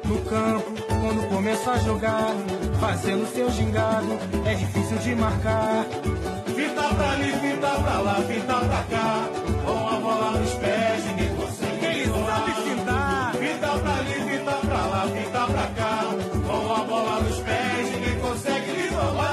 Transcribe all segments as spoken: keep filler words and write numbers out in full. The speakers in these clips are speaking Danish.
No campo, quando começa a jogar, fazendo seu gingado, é difícil de marcar. Fita pra ali, fita pra lá, fita pra cá, com a bola nos pés, ninguém consegue. Ele sabe fintar. Fita pra ali, fita pra lá, fita pra cá, com a bola nos pés, ninguém consegue lhe roubar.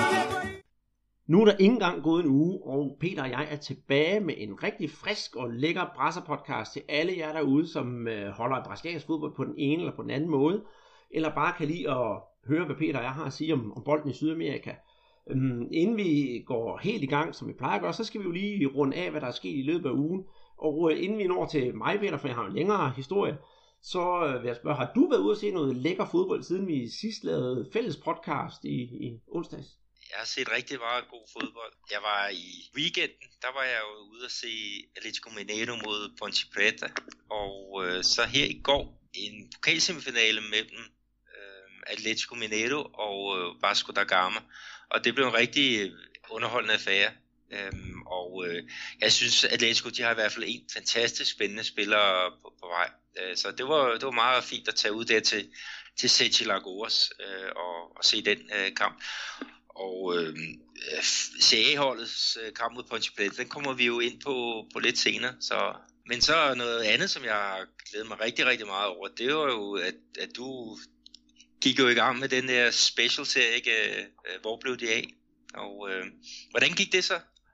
Nu er der ikke engang gået en uge, og Peter og jeg er tilbage med en rigtig frisk og lækker brasserpodcast til alle jer derude, som øh, holder brasiliansk fodbold på den ene eller på den anden måde, eller bare kan lide at høre, hvad Peter og jeg har at sige om, om bolden i Sydamerika. Øhm, inden vi går helt i gang, som vi plejer at gøre, så skal vi jo lige runde af, hvad der er sket i løbet af ugen. Og øh, inden vi når til mig, Peter, for jeg har en længere historie, så øh, vil jeg spørge, har du været ude at se noget lækker fodbold, siden vi sidst lavede fælles podcast i, i onsdags? Jeg har set rigtig meget god fodbold. Jeg var i weekenden, der var jeg jo ude at se Atlético Mineiro mod Ponte Preta. Og øh, så her i går en pokalsemifinale mellem øh, Atlético Mineiro og øh, Vasco da Gama. Og det blev en rigtig underholdende affære. Øhm, og øh, jeg synes, at Atlético, de har i hvert fald en fantastisk spændende spiller på, på vej. Øh, så det var, det var meget fint at tage ud der til, til Sete Lagoas øh, og, og se den øh, kamp. Og øh, C A-holdets øh, kamp mod Ponte Preta, den kommer vi jo ind på, på lidt senere. Så. Men så noget andet, som jeg har glædet mig rigtig, rigtig meget over, det var jo, at, at du gik jo i gang med den der special-serie, ikke? Hvor blev det af? Og øh, hvordan gik det så?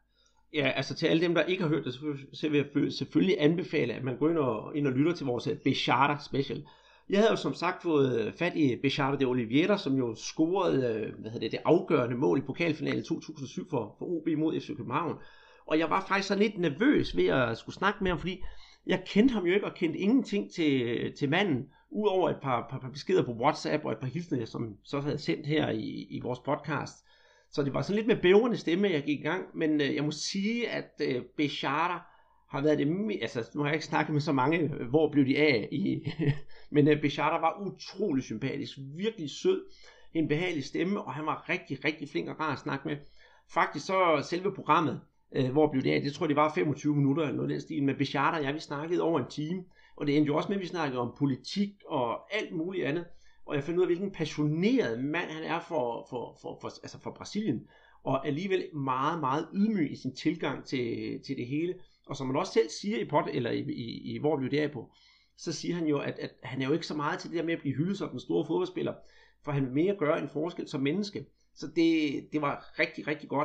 Ja, altså til alle dem, der ikke har hørt det, så vil jeg selvfølgelig anbefale, at man går ind og, ind og lytter til vores Bechata special. Jeg havde jo som sagt fået fat i Bechata de Oliveira, som jo scorede hvad hedder det, det afgørende mål i pokalfinalen to tusind og syv for, for O B mod F C København. Og jeg var faktisk så lidt nervøs ved at skulle snakke med ham, fordi jeg kendte ham jo ikke og kendte ingenting til, til manden, udover et par, par, par beskeder på WhatsApp og et par hilsner, som så havde sendt her i, i vores podcast. Så det var sådan lidt med bævrende stemme, jeg gik i gang, men øh, jeg må sige, at øh, Bechata har været det, altså nu har jeg ikke snakket med så mange, hvor blev de af i, men uh, Bechata var utrolig sympatisk, virkelig sød, en behagelig stemme, og han var rigtig, rigtig flink og rar at snakke med. Faktisk så selve programmet, uh, hvor blev det af, det tror jeg det var femogtyve minutter eller noget af den stil, med Bechata og jeg, vi snakkede over en time, og det endte jo også med, at vi snakkede om politik og alt muligt andet, og jeg fandt ud af, hvilken passioneret mand han er for, for, for, for, altså for Brasilien, og alligevel meget, meget ydmyg i sin tilgang til, til det hele. Og som man også selv siger i pot, eller i, i, i hvor blev det af på, så siger han jo, at, at han er jo ikke så meget til det der med at blive hyldet som den store fodboldspiller, for han vil mere gøre en forskel som menneske. Så det, det var rigtig, rigtig godt.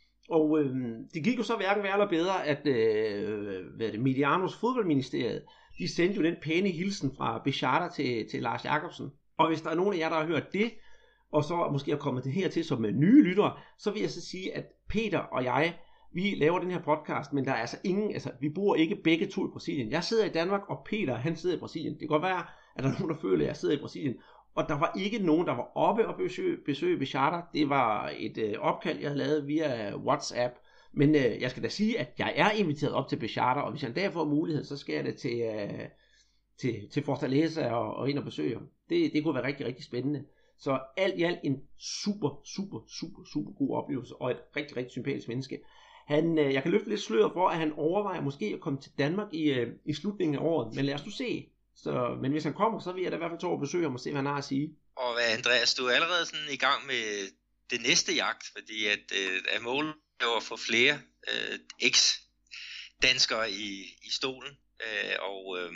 Og øh, det gik jo så hverken værre eller bedre, at øh, hvad er det, Medianos fodboldministeriet, de sendte jo den pæne hilsen fra Bechata til, til Lars Jacobsen. Og hvis der er nogen af jer, der har hørt det, og så måske er kommet det her til som nye lyttere, så vil jeg så sige, at Peter og jeg, vi laver den her podcast, men der er altså ingen, altså vi bor ikke begge to i Brasilien. Jeg sidder i Danmark, og Peter, han sidder i Brasilien. Det kan godt være, at der er nogen, der føler, at jeg sidder i Brasilien. Og der var ikke nogen, der var oppe og besøge, besøge Bechata. Det var et øh, opkald, jeg havde lavet via WhatsApp. Men øh, jeg skal da sige, at jeg er inviteret op til Bechata, og hvis jeg en dag får mulighed, så skal jeg det til, øh, til, til Fortaleza og, og ind og besøge ham. Det, det kunne være rigtig, rigtig spændende. Så alt i alt en super, super, super, super god oplevelse, og et rigtig, rigtig sympatisk menneske. Han, jeg kan løfte lidt slør for, at han overvejer måske at komme til Danmark i, i slutningen af året, men lad os nu se. Så, men hvis han kommer, så vil jeg da i hvert fald tage over og besøge ham og se, hvad han har at sige. Og Andreas, du er allerede sådan i gang med det næste jagt, fordi at, at målet er at få flere øh, eks-danskere i, i stolen, øh, og øh,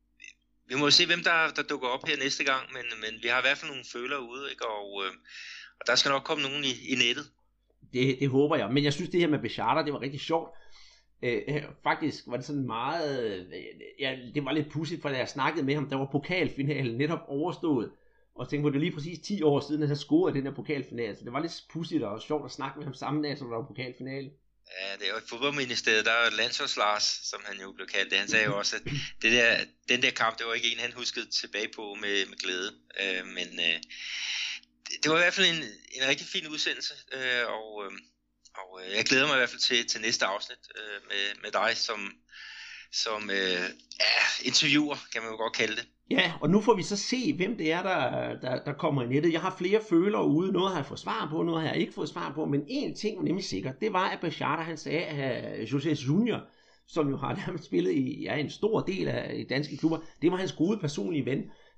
vi må se, hvem der, der dukker op her næste gang, men, men vi har i hvert fald nogle følere ude, ikke? Og, øh, og der skal nok komme nogen i, i nettet. Det, det håber jeg, men jeg synes det her med Bechata, det var rigtig sjovt. Øh, faktisk var det sådan meget, øh, ja, det var lidt pudsigt, for da jeg snakkede med ham, der var pokalfinalen netop overstået, og jeg tænkte på, det var lige præcis ti år siden, at han scorede den her pokalfinale, så det var lidt pudsigt og sjovt at snakke med ham samme dag, som der var pokalfinale. Ja, det er jo i fodboldministeriet, der er landsholds Lars, som han jo blev kaldt. Han sagde jo også, at det der, den der kamp, det var ikke en, han huskede tilbage på med, med glæde. Øh, men øh, det, det var i hvert fald en, en rigtig fin udsendelse, øh, og, øh, og jeg glæder mig i hvert fald til, til næste afsnit øh, med, med dig som, som øh, ja, interviewer, kan man jo godt kalde det. Ja, og nu får vi så se, hvem det er, der, der, der kommer i nettet. Jeg har flere følere ude, noget har jeg fået svar på, noget har jeg ikke fået svar på, men en ting var nemlig sikkert, det var, at Bechata, han sagde, at José Junior, som jo har nærmest spillet i ja, en stor del af danske klubber, det var hans gode personlige ven.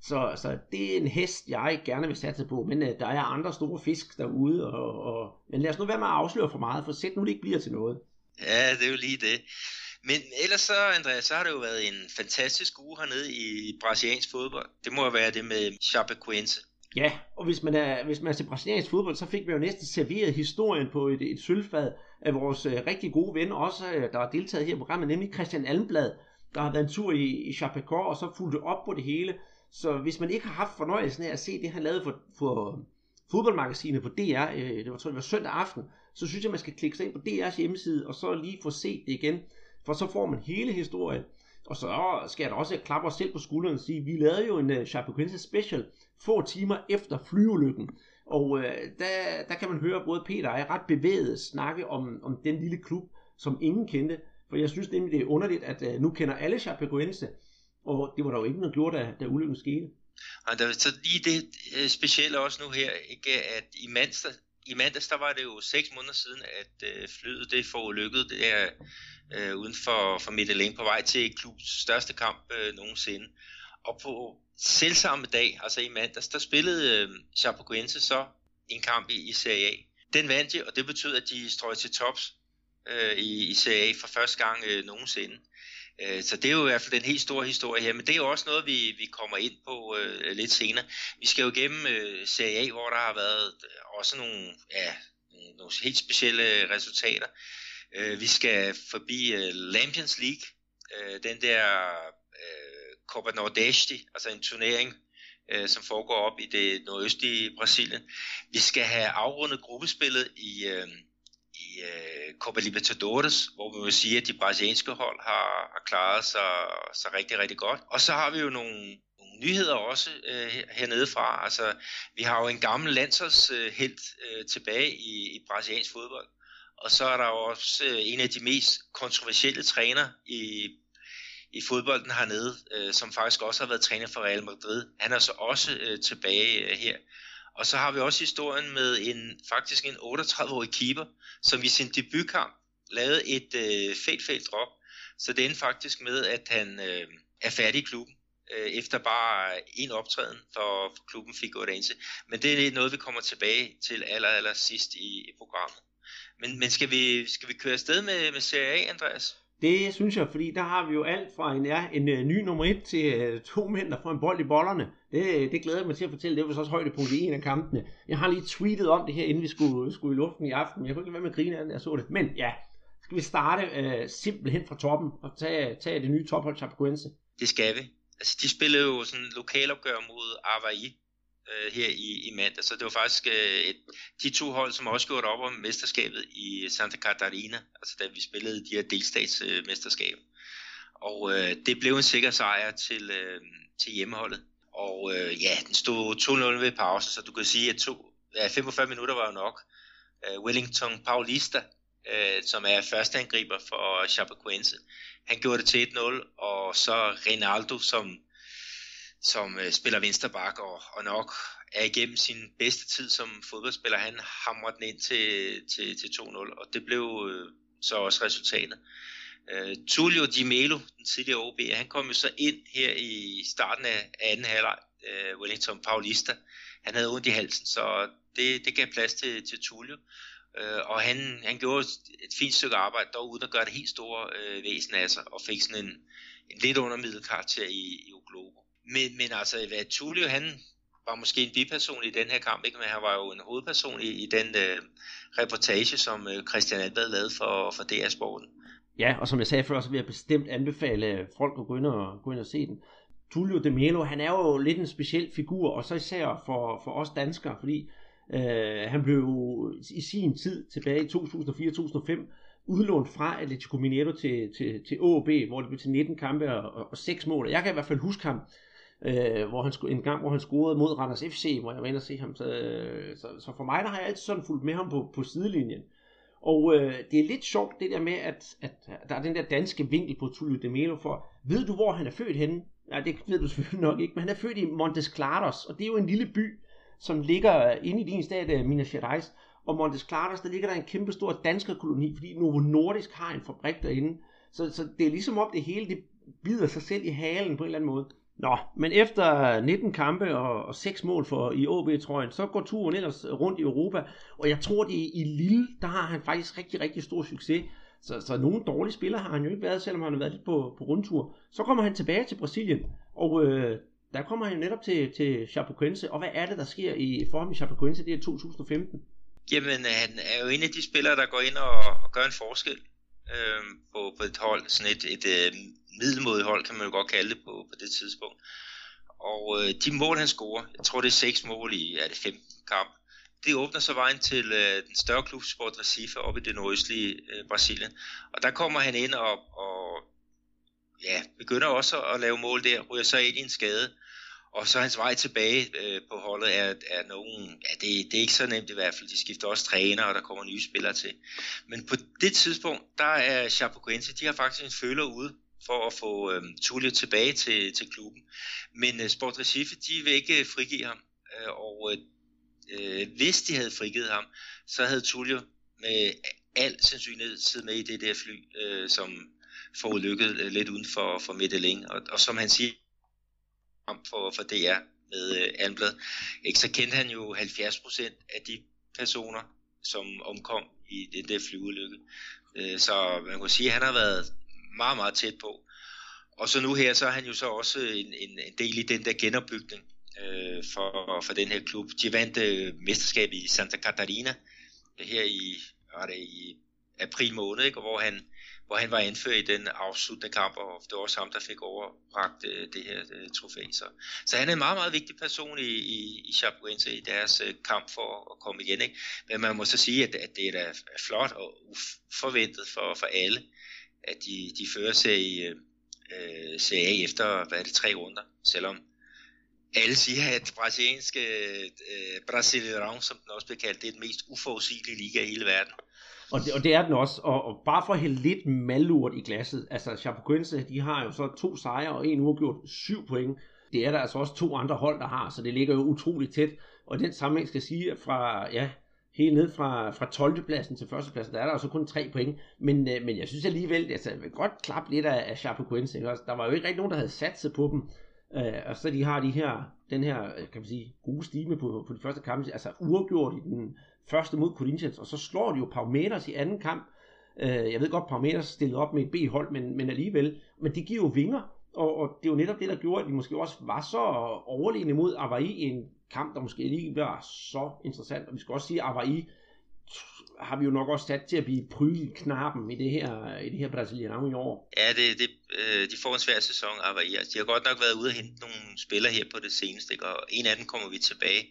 Så, så det er en hest, jeg gerne vil satse på, men uh, der er andre store fisk derude, og, og, men lad os nu være med at afsløre for meget, for sæt nu det ikke bliver til noget. Ja, det er jo lige det. Men ellers så, Andreas, så har det jo været en fantastisk uge hernede i brasiliansk fodbold. Det må jo være det med Chapecoense. Ja, og hvis man er, hvis man er til brasiliansk fodbold, så fik vi jo næsten serveret historien på et, et sølvfad af vores uh, rigtig gode ven, også uh, der har deltaget her i programmet, nemlig Christian Almblad, der har været en tur i, i Chapecoense, og så fulgte op på det hele. Så hvis man ikke har haft fornøjelsen af at se det, han lavede for, for fodboldmagasinet på D R, øh, det var, tror jeg, det var søndag aften, så synes jeg, man skal klikke sig ind på D R's hjemmeside, og så lige få set det igen, for så får man hele historien. Og så skal jeg da også klappe os selv på skulderen og sige, at vi lavede jo en uh, Chapecoense special få timer efter flyulykken. Og uh, der, der kan man høre både Peter og jeg ret bevæget snakke om, om den lille klub, som ingen kendte. For jeg synes nemlig, det er underligt, at uh, nu kender alle Chapecoense, og det var der jo ikke noget gjort, da, da ulykken skete. Og der, så lige det uh, specielle også nu her, ikke, at i mandags, i mandags, der var det jo seks måneder siden, at uh, flyet det forulykkede, det er uh, uden for, for Medellin på vej til klubs største kamp uh, nogensinde. Og på selvsamme dag, altså i mandags, der spillede uh, Chapecoense så en kamp i, i Serie A. Den vandt de, og det betød, at de strøg til tops uh, i, i Serie A for første gang uh, nogensinde. Så det er jo i hvert fald den helt store historie her, men det er jo også noget, vi, vi kommer ind på øh, lidt senere. Vi skal jo igennem øh, Serie A, hvor der har været også nogle, ja, nogle helt specielle resultater. Øh, vi skal forbi øh, Champions League, øh, den der øh, Copa Nordeste, altså en turnering, øh, som foregår op i det nordøstlige Brasilien. Vi skal have afrundet gruppespillet i... Øh, i uh, Copa Libertadores, hvor vi vil sige, at de brasilianske hold har, har klaret sig, sig rigtig, rigtig godt. Og så har vi jo nogle, nogle nyheder også uh, hernede fra. Altså, vi har jo en gammel landsholdshelt uh, tilbage i, i brasiliansk fodbold. Og så er der jo også uh, en af de mest kontroversielle træner i, i fodbolden hernede, uh, som faktisk også har været træner for Real Madrid. Han er så også uh, tilbage uh, her. Og så har vi også historien med en faktisk en otteogtredive-årig keeper, som i sin debutkamp lavede et øh, fælt fælt drop. Så det endte faktisk med, at han øh, er færdig i klubben, øh, efter bare en optræden, for, for klubben fik Odense. Men det er noget, vi kommer tilbage til aller, aller sidst i, i programmet. Men, men skal, vi, skal vi køre afsted med, med Serie A, Andreas? Det synes jeg, fordi der har vi jo alt fra en, ja, en uh, ny nummer et til uh, to mænd, der får en bold i bollerne. Det, det glæder jeg mig til at fortælle. Det var så også højdepunkt i en af kampene. Jeg har lige tweetet om det her, inden vi skulle, skulle i luften i aften. Jeg kunne ikke være med at grine af det, jeg så det. Men ja, skal vi starte uh, simpelthen fra toppen og tage, tage det nye tophold Chapecoense? Det skal vi. Altså, de spillede jo sådan en lokalopgør mod Avaí øh, her i, i mandag, så det var faktisk øh, et, de to hold, som også gjorde op om mesterskabet i Santa Catarina, altså da vi spillede de her delstatsmesterskaber. Øh, og øh, det blev en sikker sejr til, øh, til hjemmeholdet. Og øh, ja, den stod to nul ved pause, så du kan sige, at to, ja, femogfyrre minutter var jo nok. Øh, Wellington Paulista, øh, som er førsteangriber for Chapecoense, han gjorde det til et nul, og så Reinaldo, som som øh, spiller venstreback og, og nok er igennem sin bedste tid som fodboldspiller. Han hamrede den ind til, til, til to nul, og det blev øh, så også resultatet. Øh, Tulio Di Melo, den tidligere O B, han kom jo så ind her i starten af anden halvleg, øh, Wellington Paulista. Han havde ondt i halsen, så det, det gav plads til, til Tulio. Øh, og han, han gjorde et fint stykke arbejde, dog uden at gøre det helt store øh, væsen af sig, og fik sådan en, en lidt undermiddelkarakter i, i O Globo. Men, men altså, hvad Tulio, han var måske en biperson i den her kamp, ikke? Men han var jo en hovedperson i, i den øh, reportage, som øh, Christian Almblad lavede for, for D R Sporten. Ja, og som jeg sagde før, så vil jeg bestemt anbefale folk at gå ind og, gå ind og se den. Tulio Di Melo, han er jo lidt en speciel figur, og så især for, for os danskere, fordi øh, han blev i sin tid tilbage i to tusind og fire til to tusind og fem udlånt fra Atletico Mineiro til, til, til A A B, hvor det blev til nitten kampe og, og, og seks mål. Jeg kan i hvert fald huske ham, øh, hvor han, en gang, hvor han scorede mod Randers F C, hvor jeg var inde og se ham. Så, så, så for mig, der har jeg altid sådan fulgt med ham på, på sidelinjen. Og øh, det er lidt sjovt det der med, at, at der er den der danske vinkel på Tulio Di Melo, for ved du, hvor han er født henne? Nej, det ved du selvfølgelig nok ikke, men han er født i Montes Claros, og det er jo en lille by, som ligger inde i din stat, Minas Gerais. Og Montes Claros, der ligger der en kæmpe stor danskerkoloni, fordi Novo Nordisk har en fabrik derinde. Så, så det er ligesom om det hele, det bider sig selv i halen på en eller anden måde. Nå, men efter nitten kampe og, og seks mål for i O B-trøjen, så går turen ellers rundt i Europa, og jeg tror, det i Lille, der har han faktisk rigtig, rigtig stor succes. Så, så nogen dårlige spillere har han jo ikke været, selvom han har været lidt på, på rundtur. Så kommer han tilbage til Brasilien, og øh, der kommer han jo netop til, til Chapecoense. Og hvad er det, der sker i form i Chapecoense? Det er to tusind og femten. Jamen, han er jo en af de spillere, der går ind og, og gør en forskel øh, på, på et hold. Sådan et, et øh, middelmådigt hold, kan man jo godt kalde det på, på det tidspunkt. Og øh, de mål, han scorer, jeg tror, det er seks mål i er det femten kamp. Det åbner så vejen til øh, den større klub Sport Recife oppe i det nordøstlige øh, Brasilien. Og der kommer han ind og, og ja, begynder også at lave mål der, ryger så ind i en skade. Og så hans vej tilbage øh, på holdet er, er nogen, ja, det, det er ikke så nemt i hvert fald. De skifter også træner, og der kommer nye spillere til. Men på det tidspunkt, der er Chapecoense, de har faktisk en føler ude for at få øh, Tulio tilbage til, til klubben. Men øh, Sport Recife, de vil ikke frigive ham. Øh, og øh, hvis de havde frigivet ham, så havde Tulio med al sandsynlighed siddet med i det der fly, øh, som forulykket øh, lidt uden for, for Medellin. Og, og som han siger, for, for D R med øh, Almblad, ikke, så kendte han jo halvfjerds procent af de personer, som omkom i den der flyulykke. Øh, så man kan sige, at han har været meget, meget tæt på. Og så nu her, så er han jo så også en, en, en del i den der genopbygning øh, for, for den her klub. De vandt øh, mesterskab i Santa Catarina her i, var det i april måned, ikke? Og hvor han hvor han var anført i den afsluttende kamp, og det var også ham, der fik overbragt øh, det her øh, trofæ. Så, så han er en meget, meget vigtig person i, i, i Chapecoense i deres øh, kamp for at komme igen. Ikke? Men man må så sige, at, at det er da flot og uforventet for, for alle, at de, de fører sig i øh, Serie A efter, hvad er det, tre runder, selvom alle siger, at brasilianske øh, Brasileirão, som den også bliver kaldt, det er den mest uforudsigelige liga i hele verden. Og det, og det er den også, og, og bare for at hælde lidt malurt i glasset, altså Chapecoense, de har jo så to sejre og en uafgjort, syv point. Det er der altså også to andre hold, der har, så det ligger jo utroligt tæt. Og i den sammenhæng skal jeg sige, at fra, ja, helt ned fra, fra tolvte pladsen til første pladsen, der er der altså kun tre point. Men, øh, men jeg synes alligevel, altså, jeg vil godt klappe lidt af, af Chapecoense. Der var jo ikke rigtig nogen, der havde satset på dem. Øh, og så de har de her, den her, kan man sige, gode stime på, på de første kampe, altså uafgjort i den første mod Corinthians, og så slår de jo Palmeiras i anden kamp. Jeg ved godt, Palmeiras stillede op med et B-hold, men, men alligevel. Men det giver jo vinger, og, og det er jo netop det, der gjorde, at de måske også var så overlegne mod Avaí i en kamp, der måske ikke var så interessant. Og vi skal også sige, at Avaí har vi jo nok også sat til at blive prygelknappen i det her, i det her Brasilianão i år. Ja, det, det, de får en svær sæson, Avaí. Altså, de har godt nok været ude og hente nogle spillere her på det seneste, og en af dem kommer vi tilbage.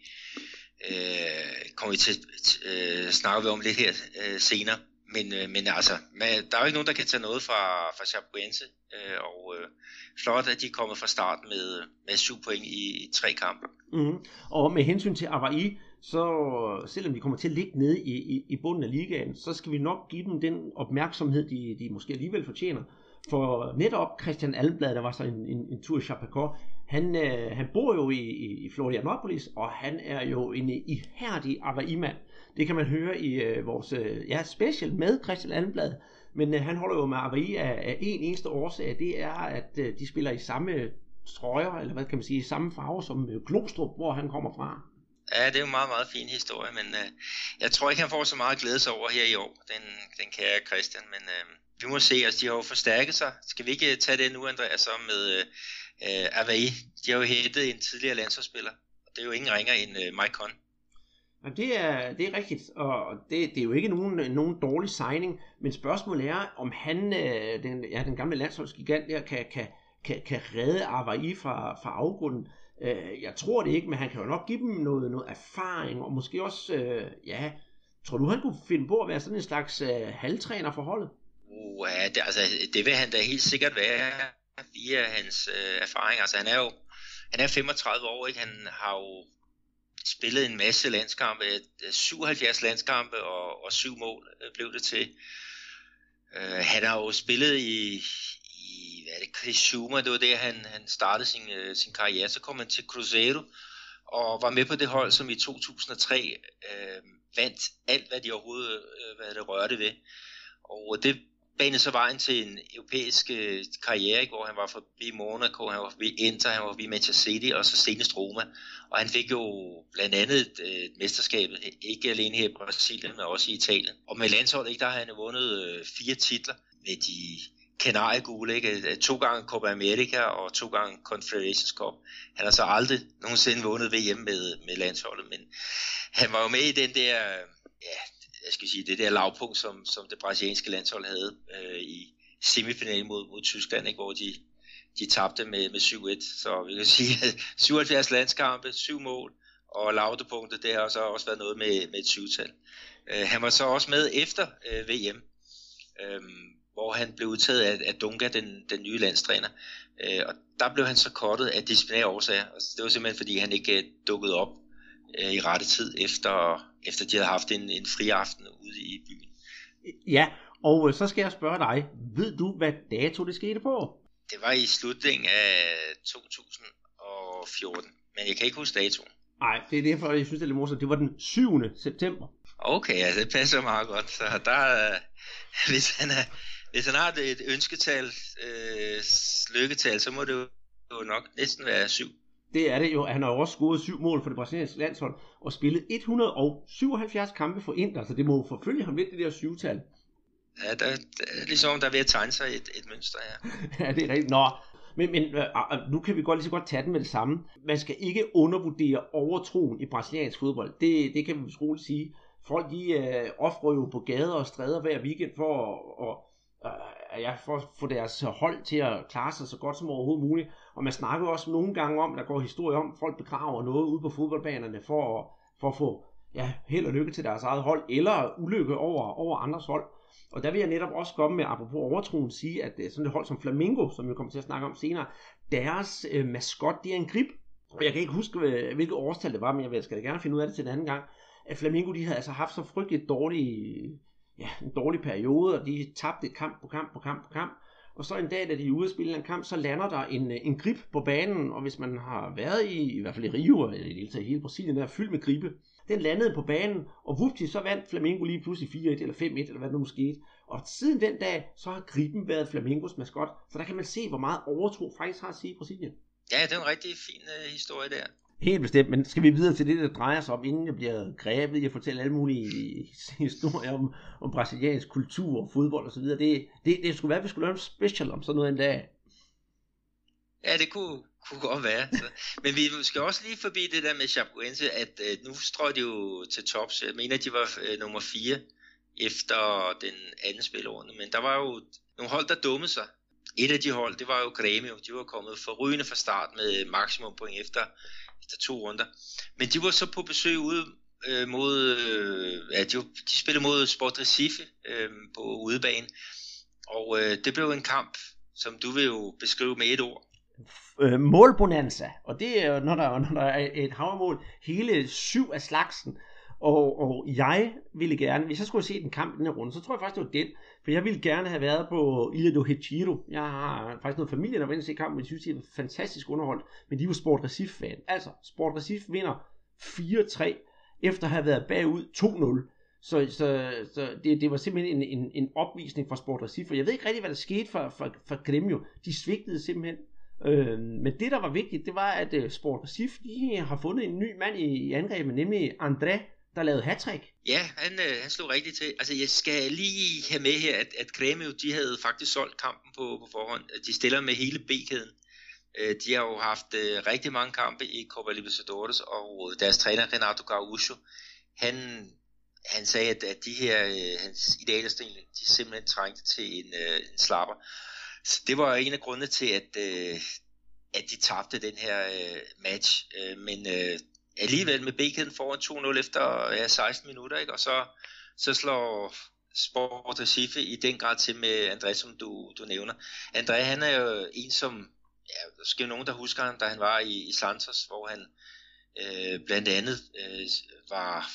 Øh, kommer vi til øh, snakke vi om lidt her øh, senere, men, øh, men altså man, der er jo ikke nogen, der kan tage noget fra, fra Chapecoense, øh, og øh, flot, at de er kommet fra start med, med syv point i, i tre kampe. Mm-hmm. Og med hensyn til Avaí, så selvom de kommer til at ligge nede i, i, i bunden af ligaen, så skal vi nok give dem den opmærksomhed, de, de måske alligevel fortjener. For netop Christian Almblad, der var så en, en, en tur i Chapecó, han, øh, han bor jo i, i Florianópolis, og han er jo en ihærdig Avaí-mand. Det kan man høre i øh, vores øh, ja, special med Christian Almblad. Men øh, han holder jo med Avaí af, af en eneste årsag, det er, at øh, de spiller i samme trøjer, eller hvad kan man sige, i samme farve som øh, Glostrup, hvor han kommer fra. Ja, det er jo en meget, meget fin historie, men øh, jeg tror ikke, han får så meget glæde sig over her i år, den, den kære Christian, men øh, vi må se, altså de har jo forstærket sig. Skal vi ikke tage det nu, Andreas, så med øh, Avaí? De har jo hentet en tidligere landsholdsspiller, og det er jo ingen ringer end øh, Mike Conn. Ja, det er, det er rigtigt, og det, det er jo ikke nogen, nogen dårlig signing, men spørgsmålet er, om han, øh, den, ja, den gamle landsholdsgigant der, kan, kan, kan, kan redde Avaí fra, fra afgrunden. Jeg tror det ikke, men han kan jo nok give dem noget, noget erfaring, og måske også, øh, ja, tror du han kunne finde på at være sådan en slags øh, halvtræner for holdet? Uh, ja, det, altså, det vil han da helt sikkert være via hans øh, erfaring. Altså han er jo han er femogtredive år, ikke? Han har jo spillet en masse landskampe, syvoghalvfjerds landskampe og, og syv mål blev det til. Uh, han har jo spillet i hvad er det, Criciúma, det var der, han, han startede sin, uh, sin karriere. Så kom han til Cruzeiro og var med på det hold, som i to tusind og tre uh, vandt alt, hvad de overhovedet uh, hvad det rørte ved. Og det banede så vejen til en europæisk øh, karriere, hvor han var forbi Monaco, han var forbi Inter, han var forbi Manchester City, og så senest Roma. Og han fik jo blandt andet et, et mesterskab, ikke alene her i Brasilien, men også i Italien. Og med landsholdet, ikke, der har han vundet øh, fire titler med de kanariegule, ikke? To gange Copa America og to gange Confederations Cup. Han har så aldrig nogensinde vundet V M med, med landsholdet, men han var jo med i den der, ja, jeg skal sige, det der lavpunkt, som, som det brasilianske landshold havde øh, i semifinalen mod, mod Tyskland, ikke? Hvor de, de tabte med, med syv et. Så vi kan sige, at syvoghalvfjerds landskampe, syv mål, og lavdepunktet, det har så også været noget med, med et syvtal. Øh, han var så også med efter øh, V M, øh, hvor han blev udtaget af, af Dunga, den, den nye landstræner. Øh, og der blev han så kortet af disciplinære årsager. Altså, det var simpelthen, fordi han ikke uh, dukkede op uh, i rette tid, efter, efter de havde haft en, en fri aften ude i byen. Ja, og så skal jeg spørge dig, ved du, hvad dato det skete på? Det var i slutningen af to tusind og fjorten, men jeg kan ikke huske datoen. Nej, det er derfor, jeg synes, det er lidt morsomt. Det var den syvende september. Okay, ja, det passer meget godt. Så der, hvis han er... Hvis han har et ønsketal, øh, lykketal, så må det jo nok næsten være syv. Det er det jo. Han har jo også scoret syv mål for det brasilianske landshold og spillet et hundrede og syvoghalvfjerds kampe for Inter, så det må jo forfølge ham lidt, det der syvtal. Ja, der, der, ligesom der er ved at tegne sig et, et mønster her. Ja, det er rigtigt. Nå, men, men øh, nu kan vi godt lige så godt tage den med det samme. Man skal ikke undervurdere overtroen i brasiliansk fodbold. Det, det kan vi vist roligt sige. Folk de øh, offrer jo på gader og stræder hver weekend for at... Og, Uh, ja, for at få deres hold til at klare sig så godt som overhovedet muligt. Og man snakker også nogle gange om, der går historie om, at folk begraver noget ude på fodboldbanerne for at, for at få ja, held og lykke til deres eget hold, eller ulykke over, over andres hold. Og der vil jeg netop også komme med, apropos overtroen, sige, at sådan et hold som Flamengo, som vi kommer til at snakke om senere, deres øh, maskot, det er en grib. Og jeg kan ikke huske, hvilket årstal det var, men jeg skal da gerne finde ud af det til en anden gang. At Flamengo, de havde altså haft så frygteligt dårlige... ja, en dårlig periode, og de tabte kamp på kamp på kamp på kamp. Og så en dag, da de er ude at spille en kamp, så lander der en, en grib på banen, og hvis man har været i, i hvert fald i Rio, eller i det hele taget hele Brasilien, der er fyldt med gribe, den landede på banen, og vupti, så vandt Flamengo lige pludselig fire et eller fem et, eller hvad der nu skete. Og siden den dag, så har griben været Flamengos maskot, så der kan man se, hvor meget overtro faktisk har at sige i Brasilien. Ja, det er en rigtig fin uh, historie der. Helt bestemt, men skal vi videre til det, der drejer sig om, inden jeg bliver grebet i at fortælle alle mulige historier om, om brasiliansk kultur og fodbold og så videre. Det, det, det skulle være, at vi skulle lave en special om sådan noget en dag. Ja, det kunne, kunne godt være. Så. Men vi skal også lige forbi det der med Chapecoense, at uh, nu strøg de jo til tops. Jeg mener, de var uh, nummer fire efter den anden spillerunde, men der var jo nogle hold, der dummede sig. Et af de hold, det var jo Grêmio. De var kommet forrygende fra start med maksimum point efter efter to runder. Men de var så på besøg ude øh, mod, øh, ja, de, de spillede mod Sport Recife øh, på udebane, og øh, det blev en kamp, som du vil jo beskrive med et ord. Øh, målbonanza, og det er når der, når der er et havmål, hele syv af slagsen, og, og jeg ville gerne, hvis jeg skulle se den kamp i den her runde, så tror jeg faktisk, det var den, for jeg ville gerne have været på Ilha do Retiro. Jeg har faktisk noget familie, der var inde og se kampen, men de synes, det er fantastisk underholdt, men de var Sport Recife-fan. Altså, Sport Recife vinder fire tre, efter at have været bagud to nul. Så, så, så det, det var simpelthen en, en, en opvisning fra Sport Recife. Jeg ved ikke rigtig, hvad der skete for, for, for Grêmio. De svigtede simpelthen. Øh, men det, der var vigtigt, det var, at Sport Recife, de har fundet en ny mand i, i angrebet, nemlig André, der lavede hat-trick. Ja, han, øh, han slog rigtigt til. Altså, jeg skal lige have med her, at, at Grêmio, de havde faktisk solgt kampen på, på forhånd. De stiller med hele B-kæden. Øh, de har jo haft øh, rigtig mange kampe i Copa Libertadores, og deres træner, Renato Gaúcho, han, han sagde, at, at de her, øh, hans idealstil, de simpelthen trængte til en, øh, en slapper. Så det var en af grundene til, at, øh, at de tabte den her øh, match. Øh, men... Øh, alligevel med B-kæden foran to nul efter ja, seksten minutter, ikke? Og så, så slår Sport Recife i den grad til med André, som du, du nævner. André, han er jo en, som, ja, der skal jo nogen, der husker ham, da han var i, i Santos, hvor han øh, blandt andet øh, var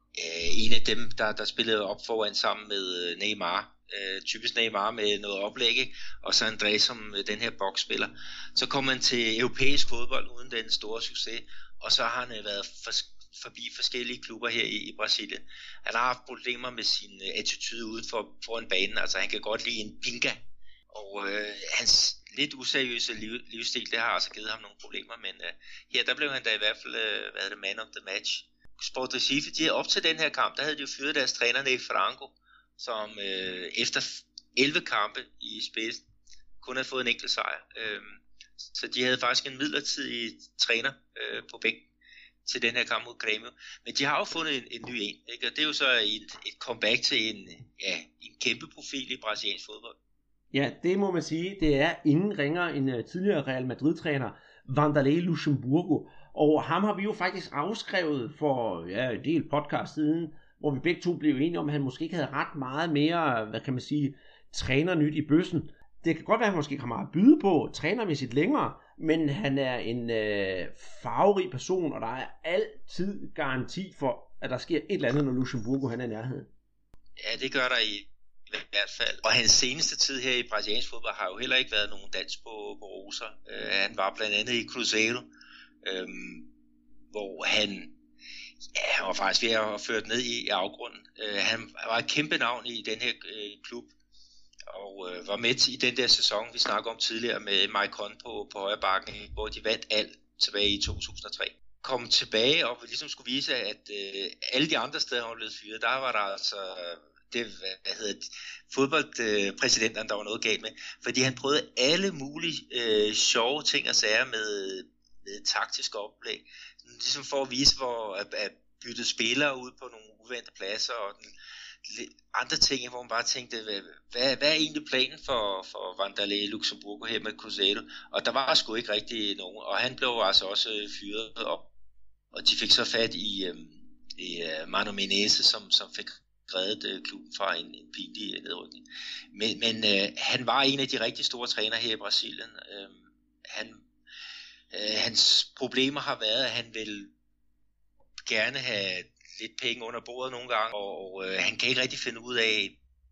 øh, en af dem, der, der spillede op foran sammen med Neymar. Øh, typisk Neymar med noget oplæg, ikke? Og så André som øh, den her boksspiller. Så kom han til europæisk fodbold uden den store succes, og så har han været forbi forskellige klubber her i, i Brasilien. Han har haft problemer med sin uh, attitude uden for, foran banen, altså han kan godt lide en pinga, og uh, hans lidt useriøse liv, livsstil, det har altså givet ham nogle problemer, men uh, her der blev han da i hvert fald uh, hvad det, man of the match. Sport Recife, de op til den her kamp, der havde de jo fyret deres træner Ney Franco, som uh, efter elleve kampe i spidsen kun havde fået en enkelt sejr. Uh, så de havde faktisk en midlertidig træner uh, på bænken til den her kamp mod Grêmio. Men de har jo fundet en, en ny en, ikke? Og det er jo så et, et comeback til en, ja, en kæmpe profil i brasiliansk fodbold. Ja, det må man sige. Det er ingen ringere end uh, tidligere Real Madrid-træner Vanderlei Luxemburgo. Og ham har vi jo faktisk afskrevet for ja, en del podcast siden, hvor vi begge to blev enige om, at han måske ikke havde ret meget mere, hvad kan man sige, trænernyt i bøssen. Det kan godt være, at han måske ikke har meget at byde på trænermæssigt længere, men han er en øh, farverig person, og der er altid garanti for, at der sker et eller andet, når Luxemburgo han er i nærheden. Ja, det gør der i, i hvert fald. Og hans seneste tid her i brasiliansk fodbold har jo heller ikke været nogen dans på, på roser. Uh, han var blandt andet i Cruzeiro, øhm, hvor han, ja, han var faktisk ved at føre ned i, i afgrunden. Uh, han var et kæmpe navn i den her uh, klub, og øh, var med i den der sæson, vi snakkede om tidligere med Maicon på, på højre bakken, hvor de vandt alt tilbage i to tusind og tre. Kom tilbage og ligesom skulle vise, at øh, alle de andre steder, han var blevet fyret, der var der altså det, hvad hedder det, fodboldpræsidenterne, der var noget galt med, fordi han prøvede alle mulige øh, sjove ting og sager med, med taktisk oplæg, ligesom for at vise, hvor at, at bytte spillere ud på nogle uventede pladser, og den andre ting, hvor man bare tænkte, hvad, hvad, hvad er egentlig planen for, for Vanderlei Luxemburgo her med Cruzeiro? Og der var sgu ikke rigtig nogen, og han blev altså også fyret op, og de fik så fat i, øhm, i uh, Mano Menezes, som, som fik reddet uh, klubben fra en, en pinlig nedrykning. Men, men uh, han var en af de rigtig store trænere her i Brasilien. Uh, han, uh, hans problemer har været, at han vil gerne have lidt penge under bordet nogle gange, og, og øh, han kan ikke rigtig finde ud af,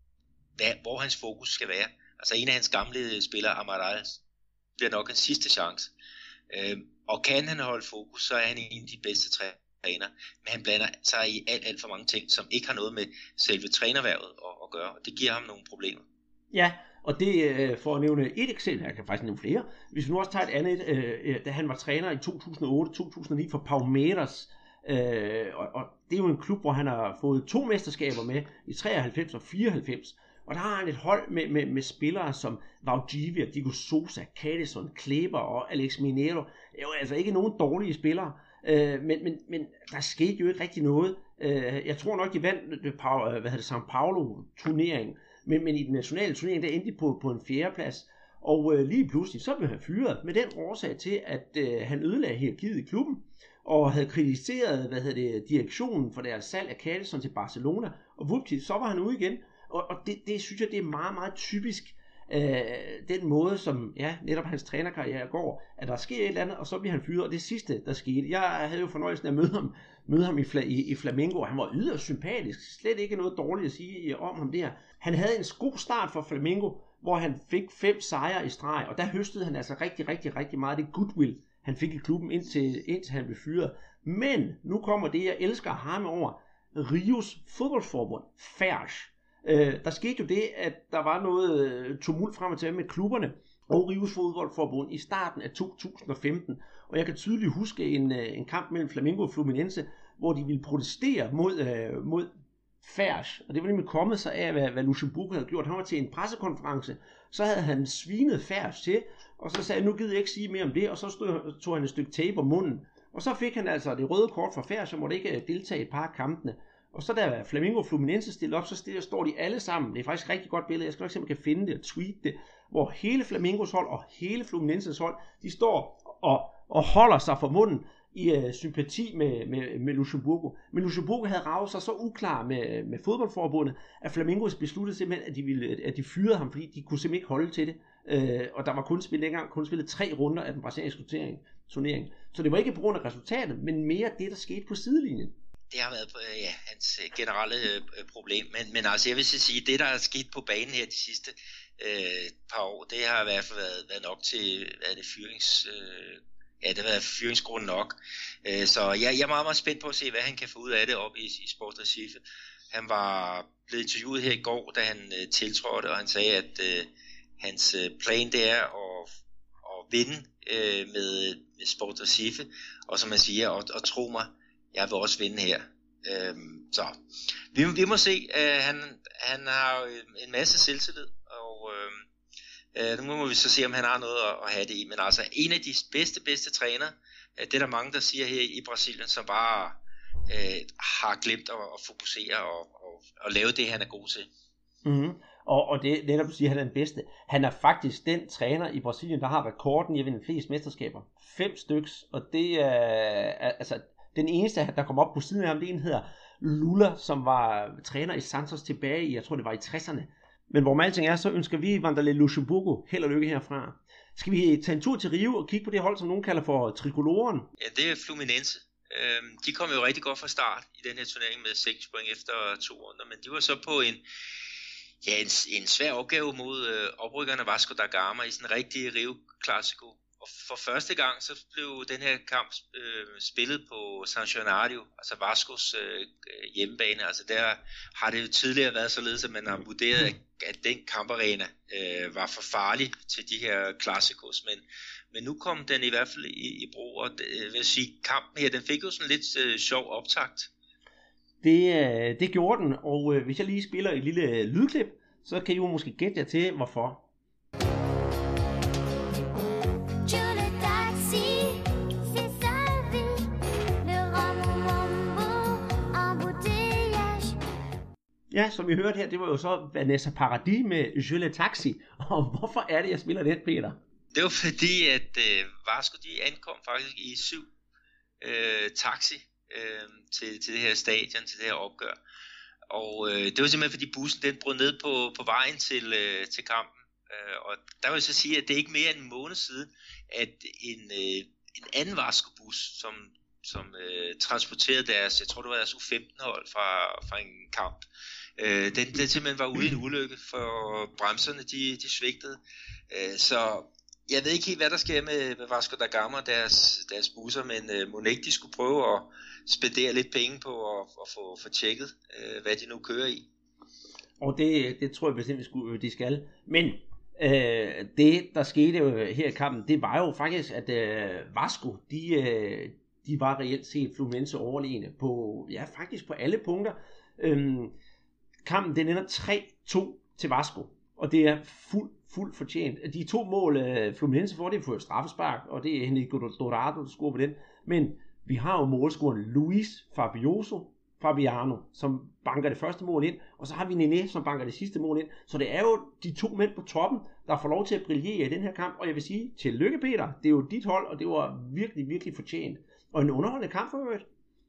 hvad, hvor hans fokus skal være. Altså en af hans gamle spillere, Amaral, bliver nok en sidste chance. Øh, og kan han holde fokus, så er han en af de bedste træner. Men han blander sig i alt, alt for mange ting, som ikke har noget med selve trænerværvet at, at gøre. Og det giver ham nogle problemer. Ja, og det øh, for at nævne et eksempel, jeg kan faktisk nævne flere. Hvis vi nu også tager et andet, øh, da han var træner i to tusind og otte til to tusind og ni for Palmeiras, Øh, og, og det er jo en klub, hvor han har fået to mesterskaber med i treoghalvfems og fireoghalvfems, og der har han et hold med, med, med spillere som Valdivia, Diego Souza, Cadison, Kleber og Alex Mineiro. Det er jo altså ikke nogen dårlige spillere, øh, men, men, men der skete jo ikke rigtig noget. øh, jeg tror nok de vandt det, hvad hedder det, São Paulo turnering, men, men i den nationale turnering der endte de på, på en fjerdeplads. Og øh, lige pludselig så blev han fyret med den årsag til, at øh, han ødelagde hierarkiet i klubben, og havde kritiseret, hvad hedder det, direktionen for deres salg af Cadison til Barcelona, og vupti, så var han ude igen. Og, og det, det synes jeg, det er meget, meget typisk, øh, den måde, som ja, netop hans trænerkarriere går, at der sker et eller andet, og så bliver han fyret, og det sidste, der skete. Jeg havde jo fornøjelsen af at møde ham, møde ham i, i, i Flamengo, og han var yderst sympatisk, slet ikke noget dårligt at sige om ham der. Han havde en god start for Flamengo, hvor han fik fem sejre i streg, og der høstede han altså rigtig, rigtig, rigtig meget det goodwill, han fik i klubben, indtil, indtil han blev fyret. Men nu kommer det, jeg elsker ham over, Rios fodboldforbund, F E R S. Øh, der skete jo det, at der var noget tumult frem og tilbage med klubberne og Rios fodboldforbund i starten af to tusind og femten. Og jeg kan tydeligt huske en, en kamp mellem Flamengo og Fluminense, hvor de ville protestere mod, øh, mod F E R S. Og det var nemlig kommet sig af, hvad, hvad Luxemburgo havde gjort. Han var til en pressekonference, så havde han svinet F E R S til, og så sagde han, nu gider jeg ikke sige mere om det, og så stod, tog han et stykke tape om munden. Og så fik han altså det røde kort fra F E R S, og måtte ikke deltage i et par af kampene. Og så da Flamengo og Fluminense stillede op, så stiller, står de alle sammen. Det er faktisk et rigtig godt billede. Jeg skal nok se, om jeg kan finde det og tweete det. Hvor hele Flamengos hold og hele Fluminenses hold, de står og, og holder sig for munden i uh, sympati med, med, med Luxemburgo. Men Luxemburgo havde ravet sig så uklar med, med fodboldforbundet, at Flamengos besluttede simpelthen, at de, ville, at de fyrede ham, fordi de kunne simpelthen ikke holde til det. Uh, og der var kun spillet engang, kun spillet tre runder af den brasilianske turnering. Så det var ikke på grund af resultatet, men mere det, der skete på sidelinjen. Det har været ja, hans generelle øh, problem, men, men altså jeg vil sige, det der er sket på banen her de sidste øh, par år, det har i hvert fald været, været nok til hvad er det, fyrings, øh, ja, det har været fyringsgrund nok. Øh, så jeg, jeg er meget, meget spændt på at se, hvad han kan få ud af det op i, i Sport Recife. Han var blevet interviewet her i går, da han øh, tiltrådte, og han sagde, at øh, hans øh, plan det er at, at vinde øh, med, med Sport Recife, og som man siger, og, og tro mig, jeg vil også vinde her. Øh, så vi, vi må se. Øh, han, han har en masse selvtillid, og øh, øh, nu må vi så se, om han har noget at, at have det i. Men altså, en af de bedste, bedste trænere, øh, det er der mange, der siger her i Brasilien, som bare øh, har glemt at, at fokusere og, og, og lave det, han er god til. Mm-hmm. Og, og det, netop du siger, at han er den bedste. Han er faktisk den træner i Brasilien, der har rekorden i at vinde flest mesterskaber. Fem styks, og det er altså den eneste, der kom op på siden af ham, det en hedder Lula, som var træner i Santos tilbage i, jeg tror det var i tresserne. Men hvor med alting er, så ønsker vi Vanderlei Luxemburgo held og lykke herfra. Skal vi tage en tur til Rio og kigge på det hold, som nogen kalder for Tricoloren? Ja, det er Fluminense. De kom jo rigtig godt fra start i den her turnering med seks point efter to runder, men de var så på en, ja, en, en svær opgave mod øh, oprykkerne Vasco da Gama i sådan en rigtig Rio Classico. Og for første gang så blev den her kamp øh, spillet på San Januario, altså Vascos øh, hjemmebane. Altså der har det jo tidligere været således, at man har vurderet, at, at den kamparena øh, var for farlig til de her Classicos, men Men nu kom den i hvert fald i, i brug, og det, jeg vil sige, kampen her, den fik jo sådan lidt øh, sjov optakt. Det, øh, det gjorde den, og øh, hvis jeg lige spiller et lille lydklip, så kan I jo måske gætte jer til, hvorfor. Ja, som vi hørte her, det var jo så Vanessa Paradis med Je le Taxi. Og hvorfor er det, jeg spiller den, Peter? Det var fordi, at øh, Vasco de ankom faktisk i syv øh, taxi øh, til, til det her stadion, til det her opgør. Og øh, det var simpelthen fordi bussen den brød ned på, på vejen til, øh, til kampen. Øh, og der vil jeg så sige, at det er ikke mere end en måned siden, at en, øh, en anden Vasco-bus, som, som øh, transporterede deres, jeg tror det var deres U femten hold fra, fra en kamp, øh, den, den simpelthen var ude i en ulykke, for bremserne de, de svigtede. Øh, så jeg ved ikke helt, hvad der sker med, med Vasco da Gama og deres, deres busser, men øh, må ikke de skulle prøve at spendere lidt penge på at, at få, få tjekket, øh, hvad de nu kører i. Og det, det tror jeg bestemt, de skal. Men øh, det, der skete jo her i kampen, det var jo faktisk, at øh, Vasco, de, øh, de var reelt set Fluminense overlegne på, ja, faktisk på alle punkter. Øhm, kampen, den ender tre to til Vasco, og det er fuldt fuldt fortjent. De to mål, uh, Fluminense får det for et straffespark, og det er Henrique Dorado, der scorer på den. Men vi har jo målscoren Luis Fabioso Fabiano, som banker det første mål ind, og så har vi Nené, som banker det sidste mål ind. Så det er jo de to mænd på toppen, der får lov til at brillere i den her kamp, og jeg vil sige, tillykke Peter, det er jo dit hold, og det var virkelig, virkelig fortjent. Og en underholdende kamp for øvrigt.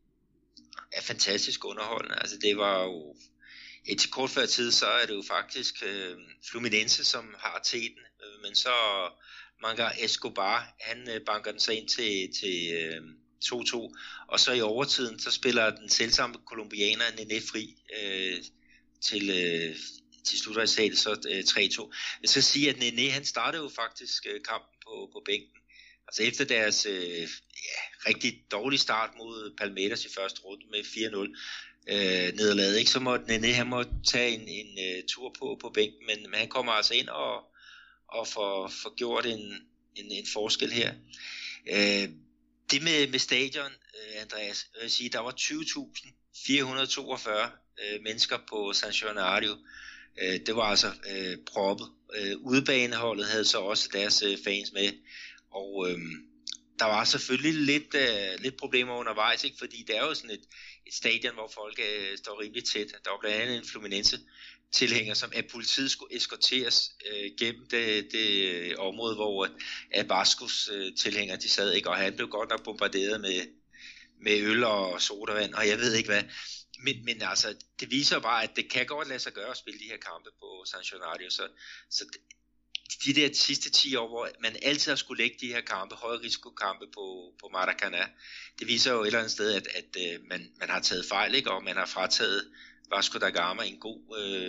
Ja, fantastisk underholdende. Altså det var jo indtil kort før tid, så er det jo faktisk øh, Fluminense, som har teten, øh, men så Manga Escobar, han øh, banker den så ind til, til øh, to to, og så i overtiden, så spiller den selvsamme kolumbianer Nené fri øh, til, øh, til slutresultatet, så øh, tre to. Jeg vil så sige, at Nené, han startede jo faktisk øh, kampen på, på bænken. Altså efter deres øh, ja, rigtig dårlige start mod Palmeiras i første runde med fire nul, Øh, nederlaget, ikke? Så måtte Nené, han måtte tage en, en uh, tur på, på bænken, men, men han kommer altså ind og, og får, får gjort en, en, en forskel her. Øh, det med, med stadion, øh, Andreas, jeg vil sige, der var tyve tusind fire hundrede og toogfyrre øh, mennesker på San Januario. Øh, det var altså øh, proppet. Øh, udebaneholdet havde så også deres øh, fans med, og øh, der var selvfølgelig lidt, øh, lidt problemer undervejs, ikke? Fordi det er jo sådan et, et stadion, hvor folk øh, står rimelig tæt. Der var blandt andet en Fluminense-tilhænger, som af politiet skulle eskorteres øh, gennem det, det område, hvor at Vascos øh, tilhængere de sad, ikke? Og han blev godt nok bombarderet med, med øl og sodavand, og jeg ved ikke hvad. Men, men altså, det viser bare, at det kan godt lade sig gøre at spille de her kampe på San Januario, så, så de der sidste ti år, hvor man altid har skulle lægge de her kampe, høje risikokampe på, på Maracanã, det viser jo et eller andet sted, at, at uh, man, man har taget fejl, ikke? Og man har frataget Vasco da Gama en god, øh,